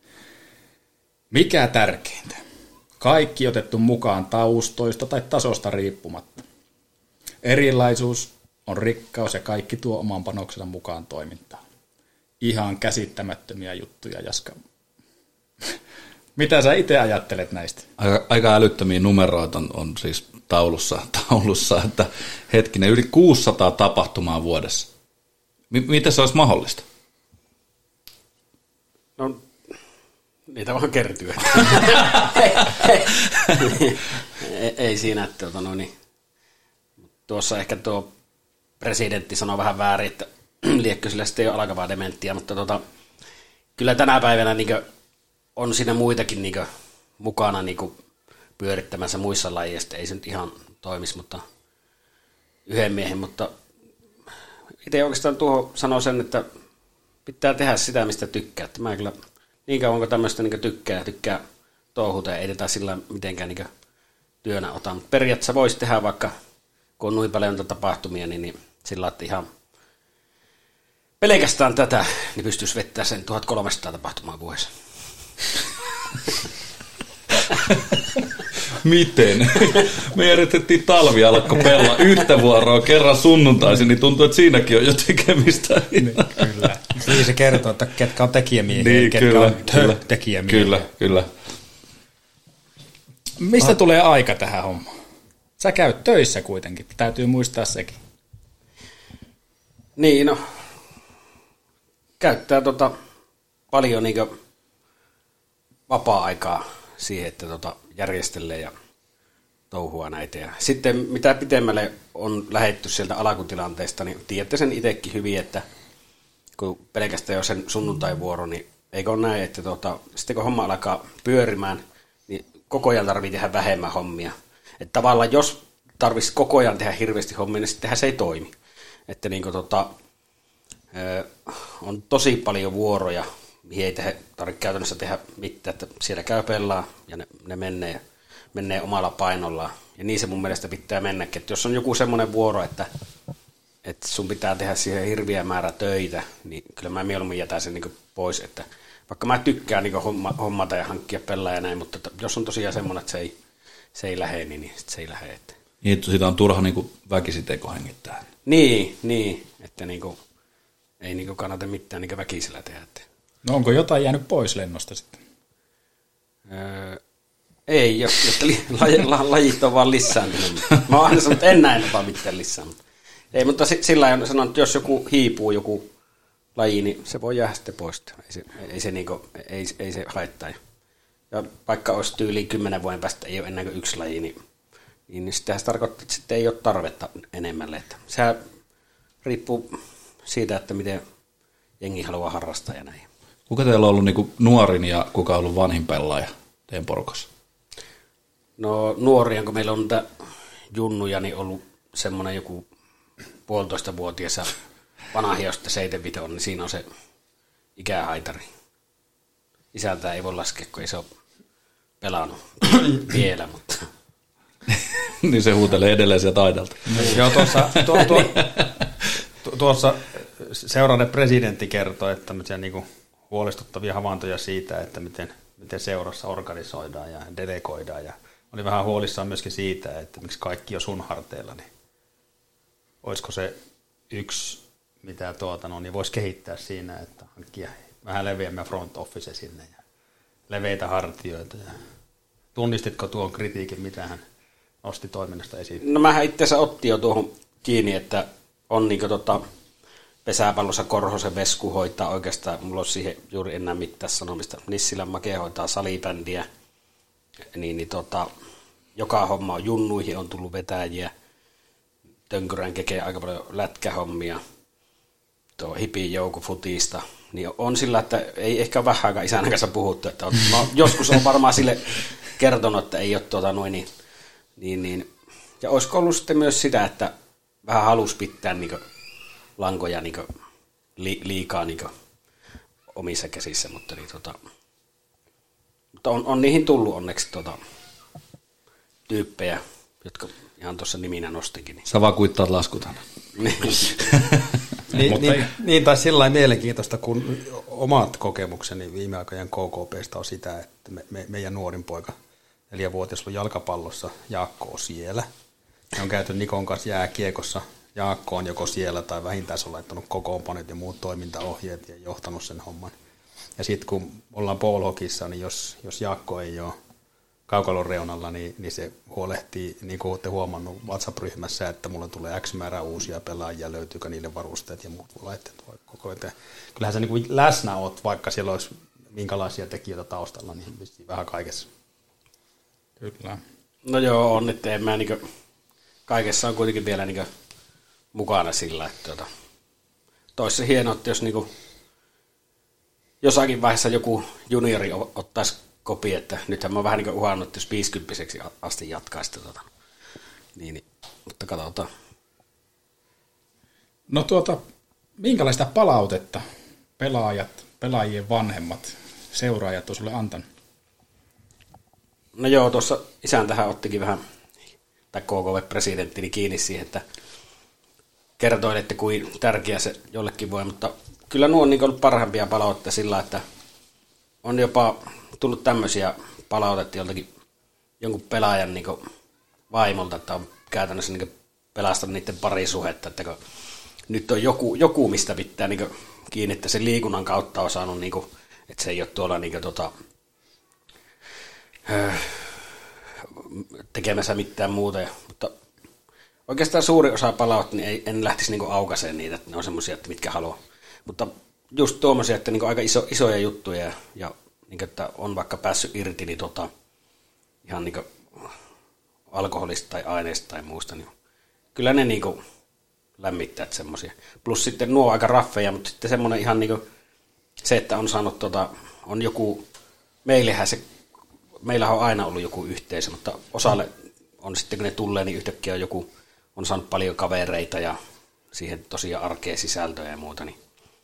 Mikä tärkeintä? Kaikki otettu mukaan taustoista tai tasosta riippumatta. Erilaisuus on rikkaus ja kaikki tuo oman panoksensa mukaan toimintaan. Ihan käsittämättömiä juttuja, Jaska. Mitä sä itse ajattelet näistä? Aika, aika älyttömiä numeroita on, on siis taulussa, taulussa, että hetkinen, yli kuusisataa tapahtumaa vuodessa. M- miten se olisi mahdollista? No, niitä vaan kertyy. ei, ei siinä, että tuota, no niin. Tuossa ehkä tuo presidentti sanoi vähän väärin, että liekkö sillä sitten ei ole alkavaa dementtiä, mutta tota, kyllä tänä päivänä niin kuin, on siinä muitakin niin kuin, mukana niin kuin, pyörittämässä muissa lajeista. Ei se nyt ihan toimisi, mutta yhden miehen, mutta itse oikeastaan tuohon sanoo sen, että pitää tehdä sitä, mistä tykkää. Että mä kyllä niin kauan kuin tämmöistä niin kuin, tykkää, tykkää touhuta ja ei tätä sillä mitenkään niin kuin, työnä ota. Mutta periaatteessa voisi tehdä vaikka, kun on noin paljon tapahtumia, niin, niin sillä että ihan pelkästään tätä, niin pystyisi vettämään sen tuhatkolmesataa tapahtumaa vuodessa. Miten? Me järjestettiin talvialakko pelaa yhtä vuoroa kerran sunnuntaisin, niin tuntuu, että siinäkin on jo tekemistä. Niin, kyllä. Niin se kertoo, että ketkä on tekijämiehiä niin, ja ketkä kyllä, on kyllä, tekijämiehiä. Kyllä, kyllä. Mistä ah. tulee aika tähän hommaan? Sä käyt töissä kuitenkin, täytyy muistaa sekin. Niin, no. Käyttää tota paljon niinku vapaa-aikaa siihen, että tota järjestelee ja touhua näitä. Ja sitten mitä pitemmälle on lähdetty sieltä alkutilanteesta, niin tiedätte sen itsekin hyvin, että kun pelkästään jo sen sunnuntaivuoro, niin eikö ole näin, että tota, sitten kun homma alkaa pyörimään, niin koko ajan tarvitsee tehdä vähemmän hommia. Että tavallaan jos tarvitsisi koko ajan tehdä hirveästi hommia, niin sittenhän se ei toimi. Että niin kuin tota, öö, on tosi paljon vuoroja, mihin ei tehdä, tarvitse käytännössä tehdä mitään, että siellä käy pelaa ja ne, ne menee, menee omalla painollaan. Ja niin se mun mielestä pitää mennäkin, että jos on joku semmoinen vuoro, että, että sun pitää tehdä siihen hirviä määrä töitä, niin kyllä mä mieluummin jätän sen niin pois, että vaikka mä tykkään niin homma, hommata ja hankkia pelaa ja näin, mutta jos on tosiaan semmoinen, että se ei, se ei lähde, niin, niin sit se ei lähde. Että. Niin, että sitä on turha niin väkisin tekohengittää. Niin, niin, että niin kuin, ei niin kuin kannata mitään niin väkisellä tehdä. Että. No onko jotain jäänyt pois lennosta sitten? Öö, ei, jos, jos laji, la, lajit on vaan lisääntynyt. Mä oon aina sanonut, että en näin ota mitään lisää. Mutta, ei, mutta sillä lailla sanon, että jos joku hiipuu, joku laji, niin se voi jäädä sitten pois. Ei se, ei se, niin kuin, ei, ei se haittaa. Ja vaikka olisi tyyliin kymmenen vuoden päästä ei ole enää kuin yksi laji, niin, niin sitähän se tarkoittaa, että sitten ei ole tarvetta enemmälle. Että sehän riippuu siitä, että miten jengi haluaa harrastaa ja näin. Kuka teillä on ollut niin kuin nuorin ja kuka on ollut vanhin pelaaja teidän porukassa? No nuoria, kun meillä on niitä junnuja, niin ollut semmoinen joku puolitoista vuotias ja vanha hiosta seitsemän on, niin siinä on se ikähaitari. Isältä ei voi laskea, kun ei se ole pelannut vielä, mutta... niin se huutelee edelleen sieltä aidalta. Joo, tuossa, tuo, tuo, tuossa seuraava presidentti kertoi, että tämmöisiä niinku huolestuttavia havaintoja siitä, että miten, miten seurassa organisoidaan ja delegoidaan. Ja oli vähän huolissaan myöskin siitä, että miksi kaikki on sun harteilla, niin olisiko se yksi, mitä tuota, no, niin voisi kehittää siinä, että hankkia vähän leveämmän front office sinne ja leveitä hartioita. Ja tunnistitko tuon kritiikin, mitä hän nosti toiminnasta esiin? No mähän itse asiassa otti jo tuohon kiinni, että on niinku tota pesäpallossa Korhosen Vesku hoitaa oikeastaan, mulla on siihen juuri enää mitään sanomista. Nissilän Make hoitaa salibändiä, niin, niin tota, joka homma on junnuihin, on tullut vetäjiä. Tönkyrän kekee aika paljon lätkähommia. Tuo hipin joukko futista. Niin on sillä, että ei ehkä ole vähän aikaa isänä kanssa puhuttu. Että on, no, joskus on varmaan sille kertonut, että ei ole tuota noin niin, niin, niin. Ja olisiko ollut sitten myös sitä, että vähän halusi pitää niin kuin lankoja niin kuin li, liikaa niin kuin omissa käsissä, mutta, niin, tota, mutta on, on niihin tullut onneksi tota, tyyppejä, jotka ihan tuossa niminä nostikin. Niin. Sä vaan kuittaat laskut aina. niin, niin, niin, tai sillä lailla mielenkiintoista, kun omat kokemukseni viime aikojen K K P:stä on sitä, että me, me, meidän nuorin poika, neljävuotias, on jalkapallossa, Jaakko on siellä. Me on käyty Nikon kanssa jääkiekossa. Jaakko on joko siellä tai vähintään se on laittanut kokoonpanot ja muut toimintaohjeet ja johtanut sen homman. Ja sitten kun ollaan ballhockeyssa, niin jos, jos Jaakko ei ole kaukalon reunalla, niin, niin se huolehtii, niin kuin olette huomannut WhatsApp-ryhmässä, että mulla tulee X määrä uusia pelaajia, löytyykö niille varusteet ja muut laitteet koko ajan. Kyllähän sä niin kuin läsnä oot, vaikka siellä olisi minkälaisia tekijöitä taustalla, niin vissiin vähän kaikessa. Kyllä. No joo, on, että en mä niin kuin, kaikessa on kuitenkin vielä niin kuin mukana sillä, että tuota, toisi se hienoa, että jos niin kuin, jossakin vaiheessa joku juniori ottaisi kopi, että nythän mä oon vähän niin kuin uhannut, että jos viisikymppiseksi asti jatkaisi tuota, niin, niin, mutta katsotaan. No tuota, minkälaista palautetta pelaajat, pelaajien vanhemmat, seuraajat on sulle antanut? No joo, tuossa isäntähän ottikin vähän, tai K K V-presidenttini kiinni siihen, että kertoi, että kuin tärkeä se jollekin voi, mutta kyllä nuo on niin ollut parhaimpia palautteita sillä, että on jopa tullut tämmöisiä palautetta joltakin jonkun pelaajan niin vaimolta, että on käytännössä niin pelastanut niiden parisuhetta, että kun nyt on joku, joku mistä pitää niin kiinni, että sen liikunnan kautta on saanut, niin kuin, että se ei ole tuolla niin kuin, tota, tekemässä mitään muuta, ja, mutta oikeastaan suuri osa palautetta, niin ei, en lähtisi niin aukaiseen niitä, että ne on semmoisia, että mitkä haluaa. Mutta just tuommoisia, että niin aika iso, isoja juttuja ja, ja niin kuin, että on vaikka päässyt irti niin tota, ihan niin alkoholista tai aineista tai muusta, niin kyllä ne niin kuin lämmittää semmoisia. Plus sitten nuo aika raffeja, mutta sitten semmoinen ihan niin kuin se, että on saanut, tota, on joku, meillähän se, meillähän on aina ollut joku yhteisö, mutta osalle on sitten, kun ne tulee, niin yhtäkkiä on joku, on saanut paljon kavereita ja siihen tosiaan arkea sisältöä ja muuta, niin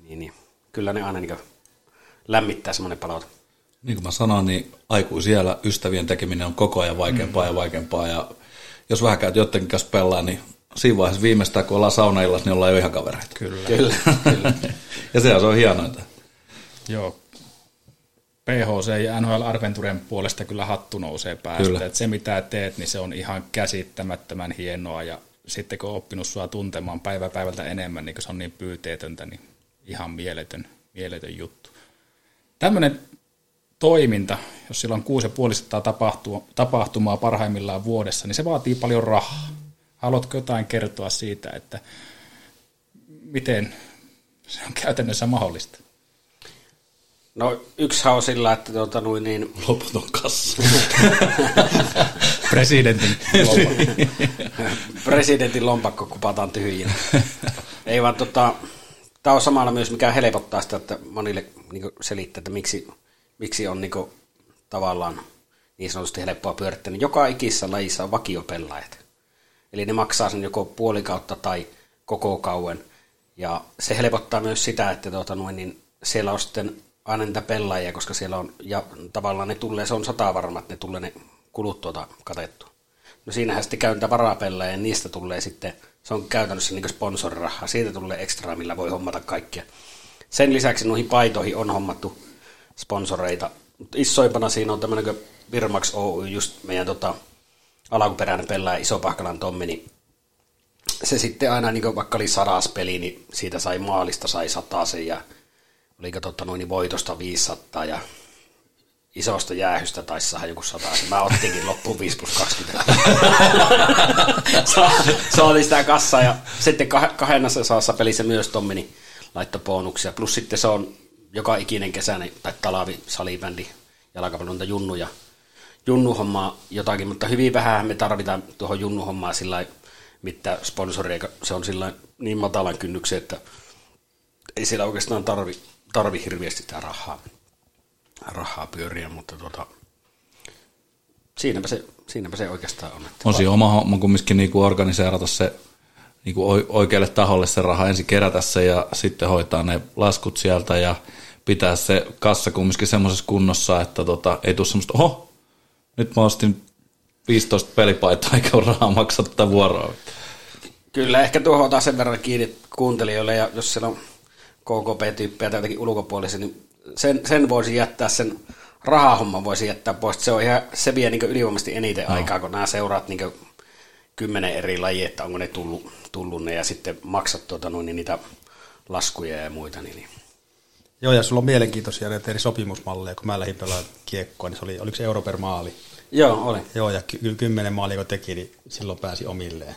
Niin, niin. Kyllä ne aina niin lämmittää semmoinen palaute. Niin kuin mä sanoin, niin aikuisiellä ystävien tekeminen on koko ajan vaikeampaa mm. ja vaikeampaa. Ja jos vähän käyt jotenkin kanssa pelaa, niin siinä vaiheessa viimeistään, kun ollaan saunaillassa, niin ollaan jo ihan kavereita. Kyllä. Kyllä, kyllä. Ja sehän se on hienointa. Joo. P H C ja N H L Adventuren puolesta kyllä hattu nousee päästä. Että se mitä teet, niin se on ihan käsittämättömän hienoa. Ja sitten kun on oppinut sua tuntemaan päivä päivältä enemmän, niin kun se on niin pyyteetöntä, niin ihan mieletön, mieletön juttu. Tämmöinen toiminta, jos sillä on kuusi ja puolisataa tapahtumaa parhaimmillaan vuodessa, niin se vaatii paljon rahaa. Haluatko jotain kertoa siitä, että miten se on käytännössä mahdollista? No yksihän on sillä, että tuota, noin niin... loputon kassa. Presidentin lompakko. Presidentin lompakko kupataan tyhjinä. Ei vaan tota... Tämä on samalla myös, mikä helpottaa sitä, että monille niin selittää, että miksi, miksi on niin kuin, tavallaan niin sanotusti helppoa pyörittää. Niin joka ikisessä lajissa on vakiopelaajat. Eli ne maksaa sen joko puolikautta tai koko kauen. Ja se helpottaa myös sitä, että tuota, noin, niin siellä on sitten aina niitä pelaajia, koska siellä on, ja tavallaan ne tulee, se on sata varma, että ne tulee ne kulut tuota katettua. No siinähän sitten käy niitä varapelaajia, ja niistä tulee sitten, se on käytännössä niin kuin sponsorirahaa, siitä tulee ekstraa, millä voi hommata kaikkia. Sen lisäksi noihin paitoihin on hommattu sponsoreita, mutta isoimpana siinä on tämmöinen kuin Virmax Oy, just meidän tota, alkuperäinen pelaaja Iso-Pahkalan Tommi, niin se sitten aina, niin vaikka oli sadas peli, niin siitä sai maalista, sai satasen ja oliko totta noin voitosta viisisataa ja isosta jäähystä taisi saada joku satasen. Mä ottinkin loppuun viisi plus kaksikymmentä. Saatiin sitä kassaa ja sitten kahdennassa saassa pelissä myös Tommi niin laittoi bonuksia. Plus sitten se on joka ikinen kesäinen tai talavi salibändi jalkapallonta junnu ja junnuhommaa jotakin, mutta hyvin vähän me tarvitaan tuohon junnuhommaa sillä mitä sponsoria, se on sillä niin matalan kynnyksen, että ei siellä oikeastaan tarvi, tarvi hirveästi sitä rahaa, rahaa pyöriä, mutta tuota, siinäpä, se, siinäpä se oikeastaan on. On siinä oma homma kumminkin niinku organiseerata se niinku oikealle taholle se raha, ensin kerätä se ja sitten hoitaa ne laskut sieltä ja pitää se kassa kumminkin semmoisessa kunnossa, että tota, ei tule semmoista, oho, nyt mä ostin viisitoista pelipaitaa eikä ole rahaa maksattaa vuoroa. Kyllä, ehkä tuohon otan sen verran kiinni kuuntelijoille, ja jos siellä on K K P-tyyppejä tai jotakin ulkopuolisia, niin sen, sen voisi jättää, sen rahahomman voisi jättää pois. Se, on ihan, se vie niin ylivoimaisesti eniten no. aikaa, kun nämä seuraat niin kymmenen eri lajia, että onko ne tullut, tullut ne, ja sitten maksat tuota, noin, niin niitä laskuja ja muita. Niin, niin. Joo, ja sulla on mielenkiintoisia näitä eri sopimusmalleja, kun mä lähdin pelaamaan kiekkoa, niin se oli, oliko se euro per maali? Joo, oli. Joo, ja ky- kymmenen maalia kun teki, niin silloin pääsi omilleen.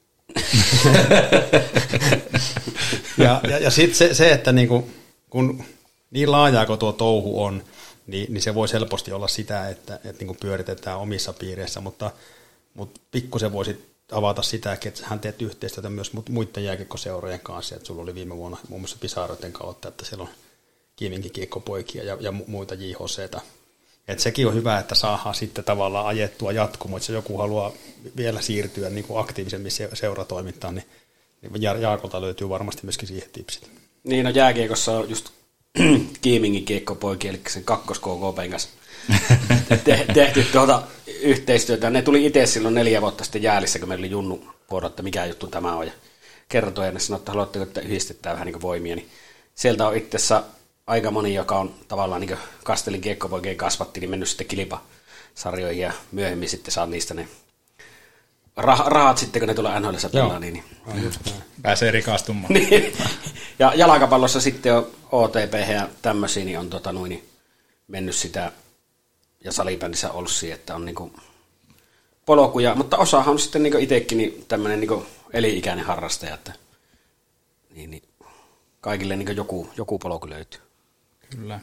ja ja, ja sitten se, se, että niinku, kun niin laajaa kuin tuo touhu on, niin, niin se voisi helposti olla sitä, että, että niinku pyöritetään omissa piireissä, mutta, mutta pikkusen voisi avata sitä, että hän teet yhteistyötä myös muiden jääkiekkoseurojen kanssa, että sulla oli viime vuonna muun muassa Pisaroiden kautta, että siellä on Kiiminkin kiekkopoikia ja, ja muita J H C:tä. Että sekin on hyvä, että saadaan sitten tavallaan ajettua jatkumo, että jos joku haluaa vielä siirtyä niin kuin aktiivisemmin seuratoimintaan, niin, niin Jaakolta löytyy varmasti myöskin siihen tipsit. Niin, no jääkiekossa on just Kiimingin kiekkopoikia, eli sen kakkos K K P:n kanssa te- tehty tuota yhteistyötä. Ne tuli itse silloin neljä vuotta sitten jäälissä, kun meillä oli Junnu puolella, että mikä juttu tämä on, ja kertoi, ja ne sanoi, että haluatteko, että yhdistetään vähän niin kuin voimia, niin sieltä on itseassa aika moni, joka on tavallaan niin kuin Kastelin kiekkopoikien kasvatti, niin mennyt sitten kilpasarjoihin ja myöhemmin sitten saa niistä ne rah- rahat sitten, kun ne tulee N H L:ssä pelaa. Niin, niin. Pääsee rikastumaan. Niin. Ja jalkapallossa sitten on O T P ja tämmöisiä, niin on tota noin, niin mennyt sitä ja salibändissä ollut siihen, että on niin kuin polkuja, mutta osahan on sitten niin itsekin niin tämmöinen niin eli-ikäinen harrastaja, että niin, niin kaikille niin joku, joku polku löytyy. Kyllä.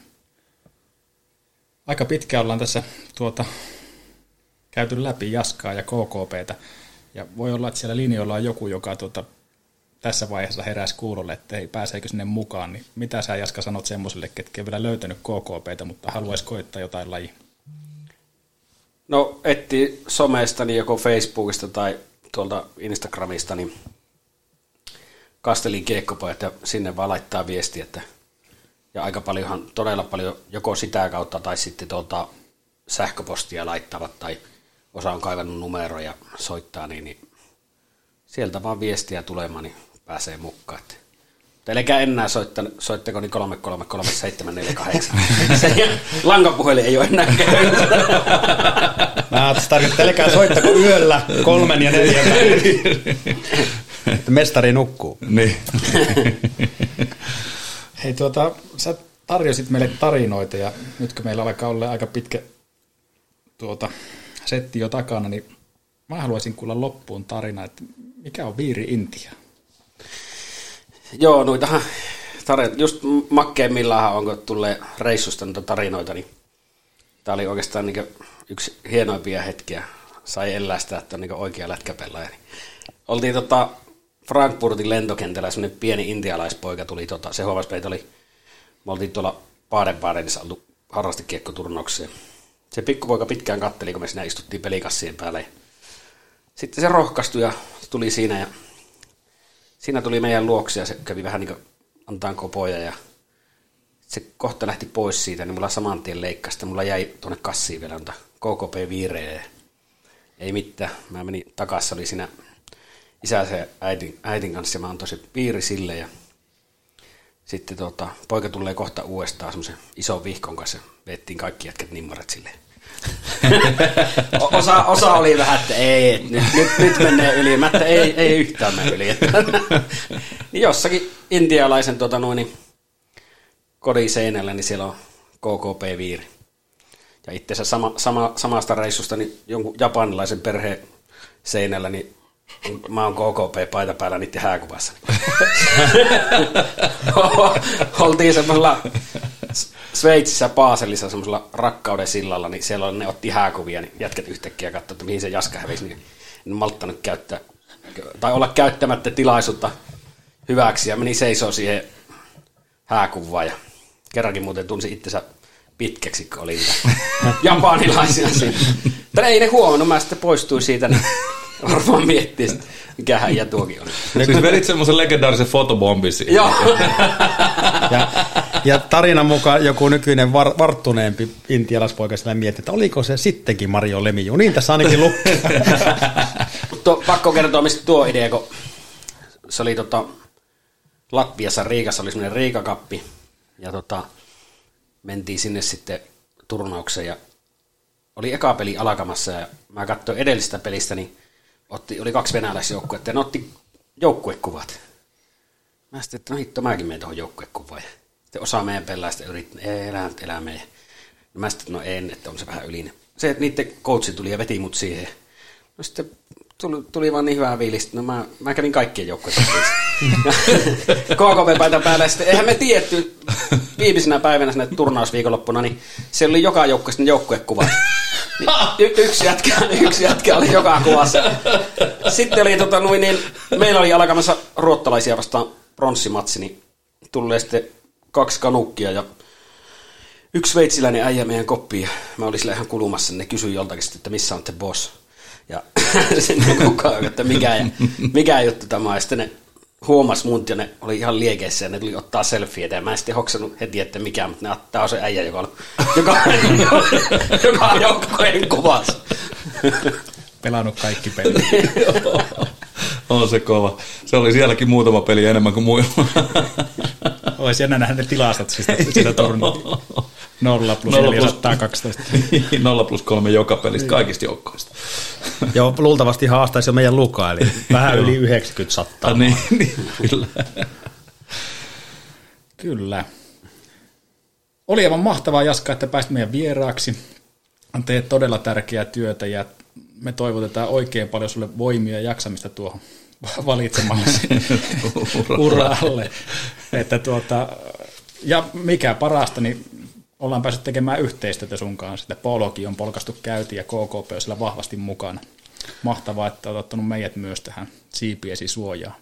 Aika pitkään ollaan tässä tuota, käyty läpi Jaskaa ja K K P:tä. Ja voi olla, että siellä linjoilla on joku, joka tuota, tässä vaiheessa heräsi kuulolle, että ei pääseekö sinne mukaan. Niin mitä sä, Jaska, sanot semmoiselle, ketkä ei vielä löytänyt K K P:tä, mutta haluaisi koittaa jotain lajia? No etti somesta, niin joko Facebookista tai tuolta Instagramista, niin Kastelin kiekkopojat ja sinne vaan laittaa viestiä, että Ja aika paljonhan, todella paljon joko sitä kautta tai sitten tuota sähköpostia laittavat tai osa on kaivannut numeroja ja soittaa, niin, niin sieltä vaan viestiä tulemaan, niin pääsee mukaan. Teillekään enää soittanut, soittako niin kolme kolme kolme seitsemän neljä kahdeksan. Se lankapuhelin ei ole enää käynyt. Mä ajattelin, että teillekään soittako yöllä kolmen ja neljän että mestari nukkuu. Niin. Hei tuota, sä tarjosit meille tarinoita ja nyt kun meillä alkaa olla aika pitkä tuota, setti jo takana, niin mä haluaisin kuulla loppuun tarina, että mikä on Viiri Intia? Joo, noitahan tarinoita, just makkeimmillaan onko tulee reissusta noita tarinoita, niin tää oli oikeastaan niin yksi hienoimpia hetkiä. Sai elää sitä, että on niin oikea lätkäpelaaja. Oltiin tota Frankfurtin lentokentällä, semmoinen pieni intialaispoika tuli, tota, se huomasi meitä oli, me oltiin tuolla Baden-Badenissa oltu harrastekiekkoturnauksia. Se pikkupoika pitkään katteli, kun me siinä istuttiin pelikassien päälle. Sitten se rohkaistui ja tuli siinä ja siinä tuli meidän luoksi ja se kävi vähän niin kuin antaan kopoja ja se kohta lähti pois siitä, niin mulla saman tien leikkasi, mulla jäi tuonne kassiin vielä K K P Viireä. Ei mitään, mä menin takaisin, oli siinä isänsä ja äitin, äitin kanssa ja mä antoin se piiri sille ja sitten tota, poika tulee kohta uudestaan semmoisen ison vihkon kanssa ja veettiin kaikki jätkät nimmaret silleen. Osa, osa oli vähän, että ei, että nyt, nyt, nyt menee yli, mä että ei, ei yhtään mene yli. Niin jossakin intialaisen tota, noin, kodin seinällä, niin siellä on K K P Viiri. Ja itse asiassa sama, sama, samasta reissusta niin jonkun japanilaisen perheen seinällä, niin mä oon K K P-paita päällä niiden hääkuvassa. Oltiin semmoisella Sveitsissä Baselissa semmoisella rakkauden sillalla, niin siellä ne otti hääkuvia, niin jätkät yhtäkkiä katsoivat, että mihin se Jaska hävisi, niin en malttanut käyttää, tai olla käyttämättä tilaisuutta hyväksi, ja meni seisoo siihen hääkuvaan, ja kerrankin muuten tunsi itsensä pitkäksi, kun oli niitä japanilaisia siinä. Mutta ei ne huomannut, mä sitten poistuin siitä, niin varmaan miettii, että mikähän ja tuokin on. Siis vedit semmoisen legendaarisen fotobombin siihen. Joo. Ja, ja tarinan mukaan joku nykyinen var, varttuneempi intialaispoika sillä mietti, että oliko se sittenkin Mario Lemieux. Niin tässä ainakin lukee. Mutta pakko kertoa, mistä tuo idea, kun se oli tota, Latviassa Riikassa oli semmoinen Riikakappi, ja tota, mentiin sinne sitten turnaukseen, ja oli eka peli alkamassa, ja mä katsoin edellisestä pelistä, niin otti, oli kaksi venäläisjoukkuetta, ja ne otti joukkuekuvat. Mä sitten, että no hitto, mäkin menen tuohon joukkuekuvaan. Sitten osa meidän pelaajista yritti, ei elää nyt elää meidän. No mä sitten, no en, että on se vähän ylinen. Se, että niiden coachi tuli ja veti mut siihen. No sitten tuli, tuli vaan niin hyvää viilistä. No mä, mä kävin kaikkien joukkueiden K K P-paita päällä. Sitten eihän me tiedetty viimeisenä päivänä sinne turnausviikonloppuna, niin siellä oli joka joukkueesta joukkuekuvat. Niin y- yksi, jätkä, yksi jätkä oli joka kuvassa. Sitten oli, tota, noin, niin, meillä oli alkamassa ruottalaisia vastaan pronssimatsi, niin tuli sitten kaksi kanukkia ja yksi sveitsiläinen äijä meidän koppiin. Mä olin sillä ihan kulumassa, ne kysyi joltakin sitten, että missä on te boss. Ja sinne kukaan, että mikä, mikä juttu tämä on. Ja sitten ne huomasi mut ja ne oli ihan liekeissä ja ne tuli ottaa selfieitä. Ja mä en sitten hoksannut heti, että mikä, mutta ne, tämä on se äijä, joka on, joka, joka on joukkojen kuvassa. Pelannut kaikki pelit. On se kova. Se oli sielläkin muutama peli enemmän kuin muilla. Olisi enää nähdä ne tilastot sitä, sitä turnaa. Nolla plus neljäsataakaksitoista. Nolla plus kolme joka pelistä, kaikista joukkoista. Joo, luultavasti haastaisi jo meidän Luka, eli vähän yli yhdeksänkymmentä sattaa. niin, niin, kyllä. Kyllä. Oli aivan mahtavaa, Jaska, että pääsit meidän vieraaksi. Teet todella tärkeää työtä ja me toivotetaan oikein paljon sulle voimia ja jaksamista tuohon valitsemallasi uralle. Että tuota, ja mikä parasta, niin ollaan päässyt tekemään yhteistyötä sun kanssa. Että Polokin on polkastu käyntiin ja K K P on siellä vahvasti mukana. Mahtavaa, että olet ottanut meidät myös tähän siipiesi suojaan.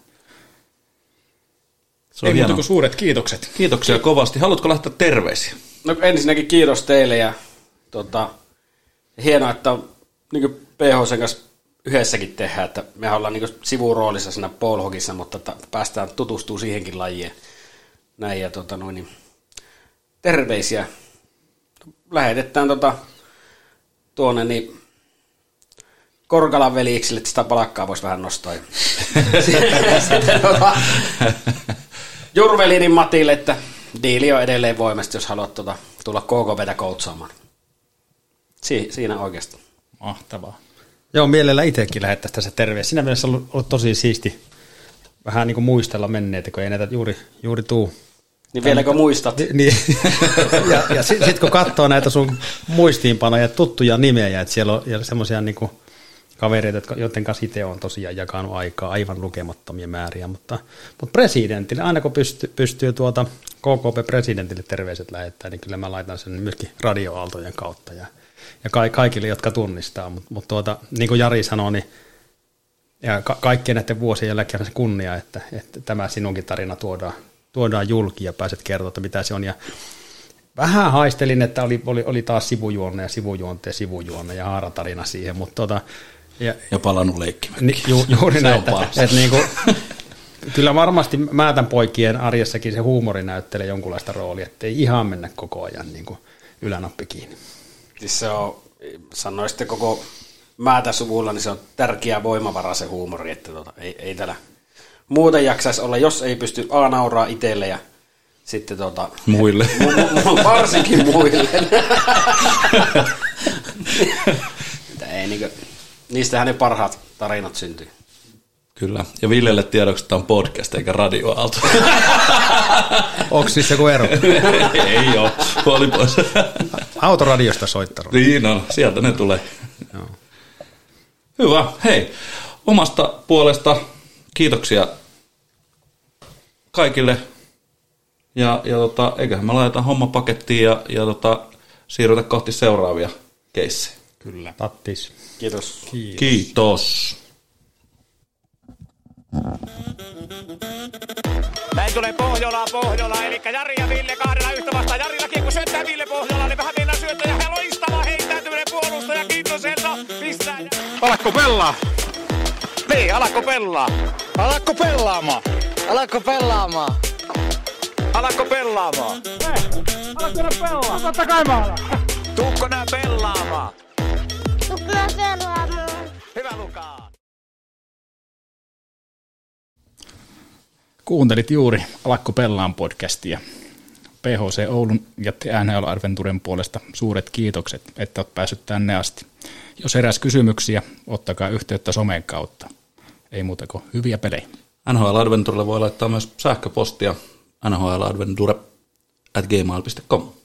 Se on Ei hieno. muuta kuin suuret kiitokset. Kiitoksia kovasti. Haluatko lähteä terveisiä? No ensinnäkin kiitos teille ja tota, hienoa, että on niin P H C:n kanssa yhdessäkin tehdään, että mehän ollaan niin sivuroolissa siinä ballhogissa, mutta että päästään tutustumaan siihenkin lajiin. Näin ja tota noin, niin terveisiä. Lähetetään tota, tuonne niin Korkalan veljiksille, että sitä palkkaa voisi vähän nostaa. Sitten tota, Jurvelinin Matille, että diili on edelleen voimasta, jos haluat tota, tulla K K V:tä koutsaamaan. Si- siinä oikeasti. Mahtavaa. Joo, mielellä itsekin lähettäisiin tässä terveisiä. Siinä mielessä on ollut, ollut tosi siisti vähän niin kuin muistella menneitä, kun ei näitä juuri, juuri tuu. Niin vieläkö muistat? Niin. ja ja sitten sit kun katsoo näitä sun muistiinpanoja, tuttuja nimejä, että siellä on semmoisia niinku kavereita, joiden kanssa itse on tosiaan jakanut aikaa aivan lukemattomia määriä, mutta, mutta presidentille, aina kun pystyy, pystyy tuota K K P-presidentille terveiset lähettää, niin kyllä mä laitan sen myöskin radioaaltojen kautta ja, ja ka- kaikille, jotka tunnistaa, mutta mut tuota, niin kuin Jari sanoi, niin ja ka- kaikkien näiden vuosien jälkeen on se kunnia, että, että tämä sinunkin tarina tuodaan, tuodaan julki ja pääset kertomaan, että mitä se on. Ja vähän haistelin, että oli, oli, oli taas sivujuonne ja sivujuonte ja sivujuonne ja haaratarina siihen, mutta tuota, ja, ja palannut leikkimään. Ni, ju, juuri näin, että, että niin kuin, kyllä varmasti Määtän poikien arjessakin se huumori näyttelee jonkunlaista roolia, ettei ihan mennä koko ajan niin kuin ylänappi kiinni. Siis se on, sanoisitte koko Määtän suvulla, niin se on tärkeä voimavara se huumori, että tuota, ei, ei täällä muuten jaksaisi olla, jos ei pysty A nauraa itselle ja sitten tuota, muille. Mu, mu, varsinkin muille. ei, niin kuin, niistähän ne parhaat tarinat syntyy. Kyllä. Ja Villelle tiedoksi, että on podcast eikä radioaalto. Onko siis joku ero? Ei ole. Puoli pois. Autoradiosta soittanut. Niin on. Sieltä ne tulee. Joo. Hyvä. Hei. Omasta puolesta kiitoksia kaikille. Ja, ja tota, eiköhän me laitetaan homma pakettiin ja, ja tota, siirrytä kohti seuraavia keissejä. Kyllä. Tattis. Kiitos. Kiitos. Kiitos. Näin tulee Pohjola, Pohjola, eli Jari ja Ville kahdella yhtä vastaan. Jarilla kiekko syöttää Ville Pohjola, niin vähän vielä syöttää ja loistava heittäytyminen puolustaja Kintoselta pistää. Alakko pelaa? Niin, alakko pelaa? Alakko pelaamaan? Alakko pelaamaan? Alakko pelaamaan? Alakko nää pelaa? Totta kai mä alan. Tuukko nää pelaamaan? Tuukko nää pelaamaan? Hyvä Lukaa. Kuuntelit juuri Alakko pellaan podcastia. P H C Oulun ja N H L Adventuren puolesta suuret kiitokset, että olet päässyt tänne asti. Jos heräsi kysymyksiä, ottakaa yhteyttä somen kautta. Ei muuta kuin hyviä pelejä. N H L Adventurelle voi laittaa myös sähköpostia n h l adventure at gmail dot com.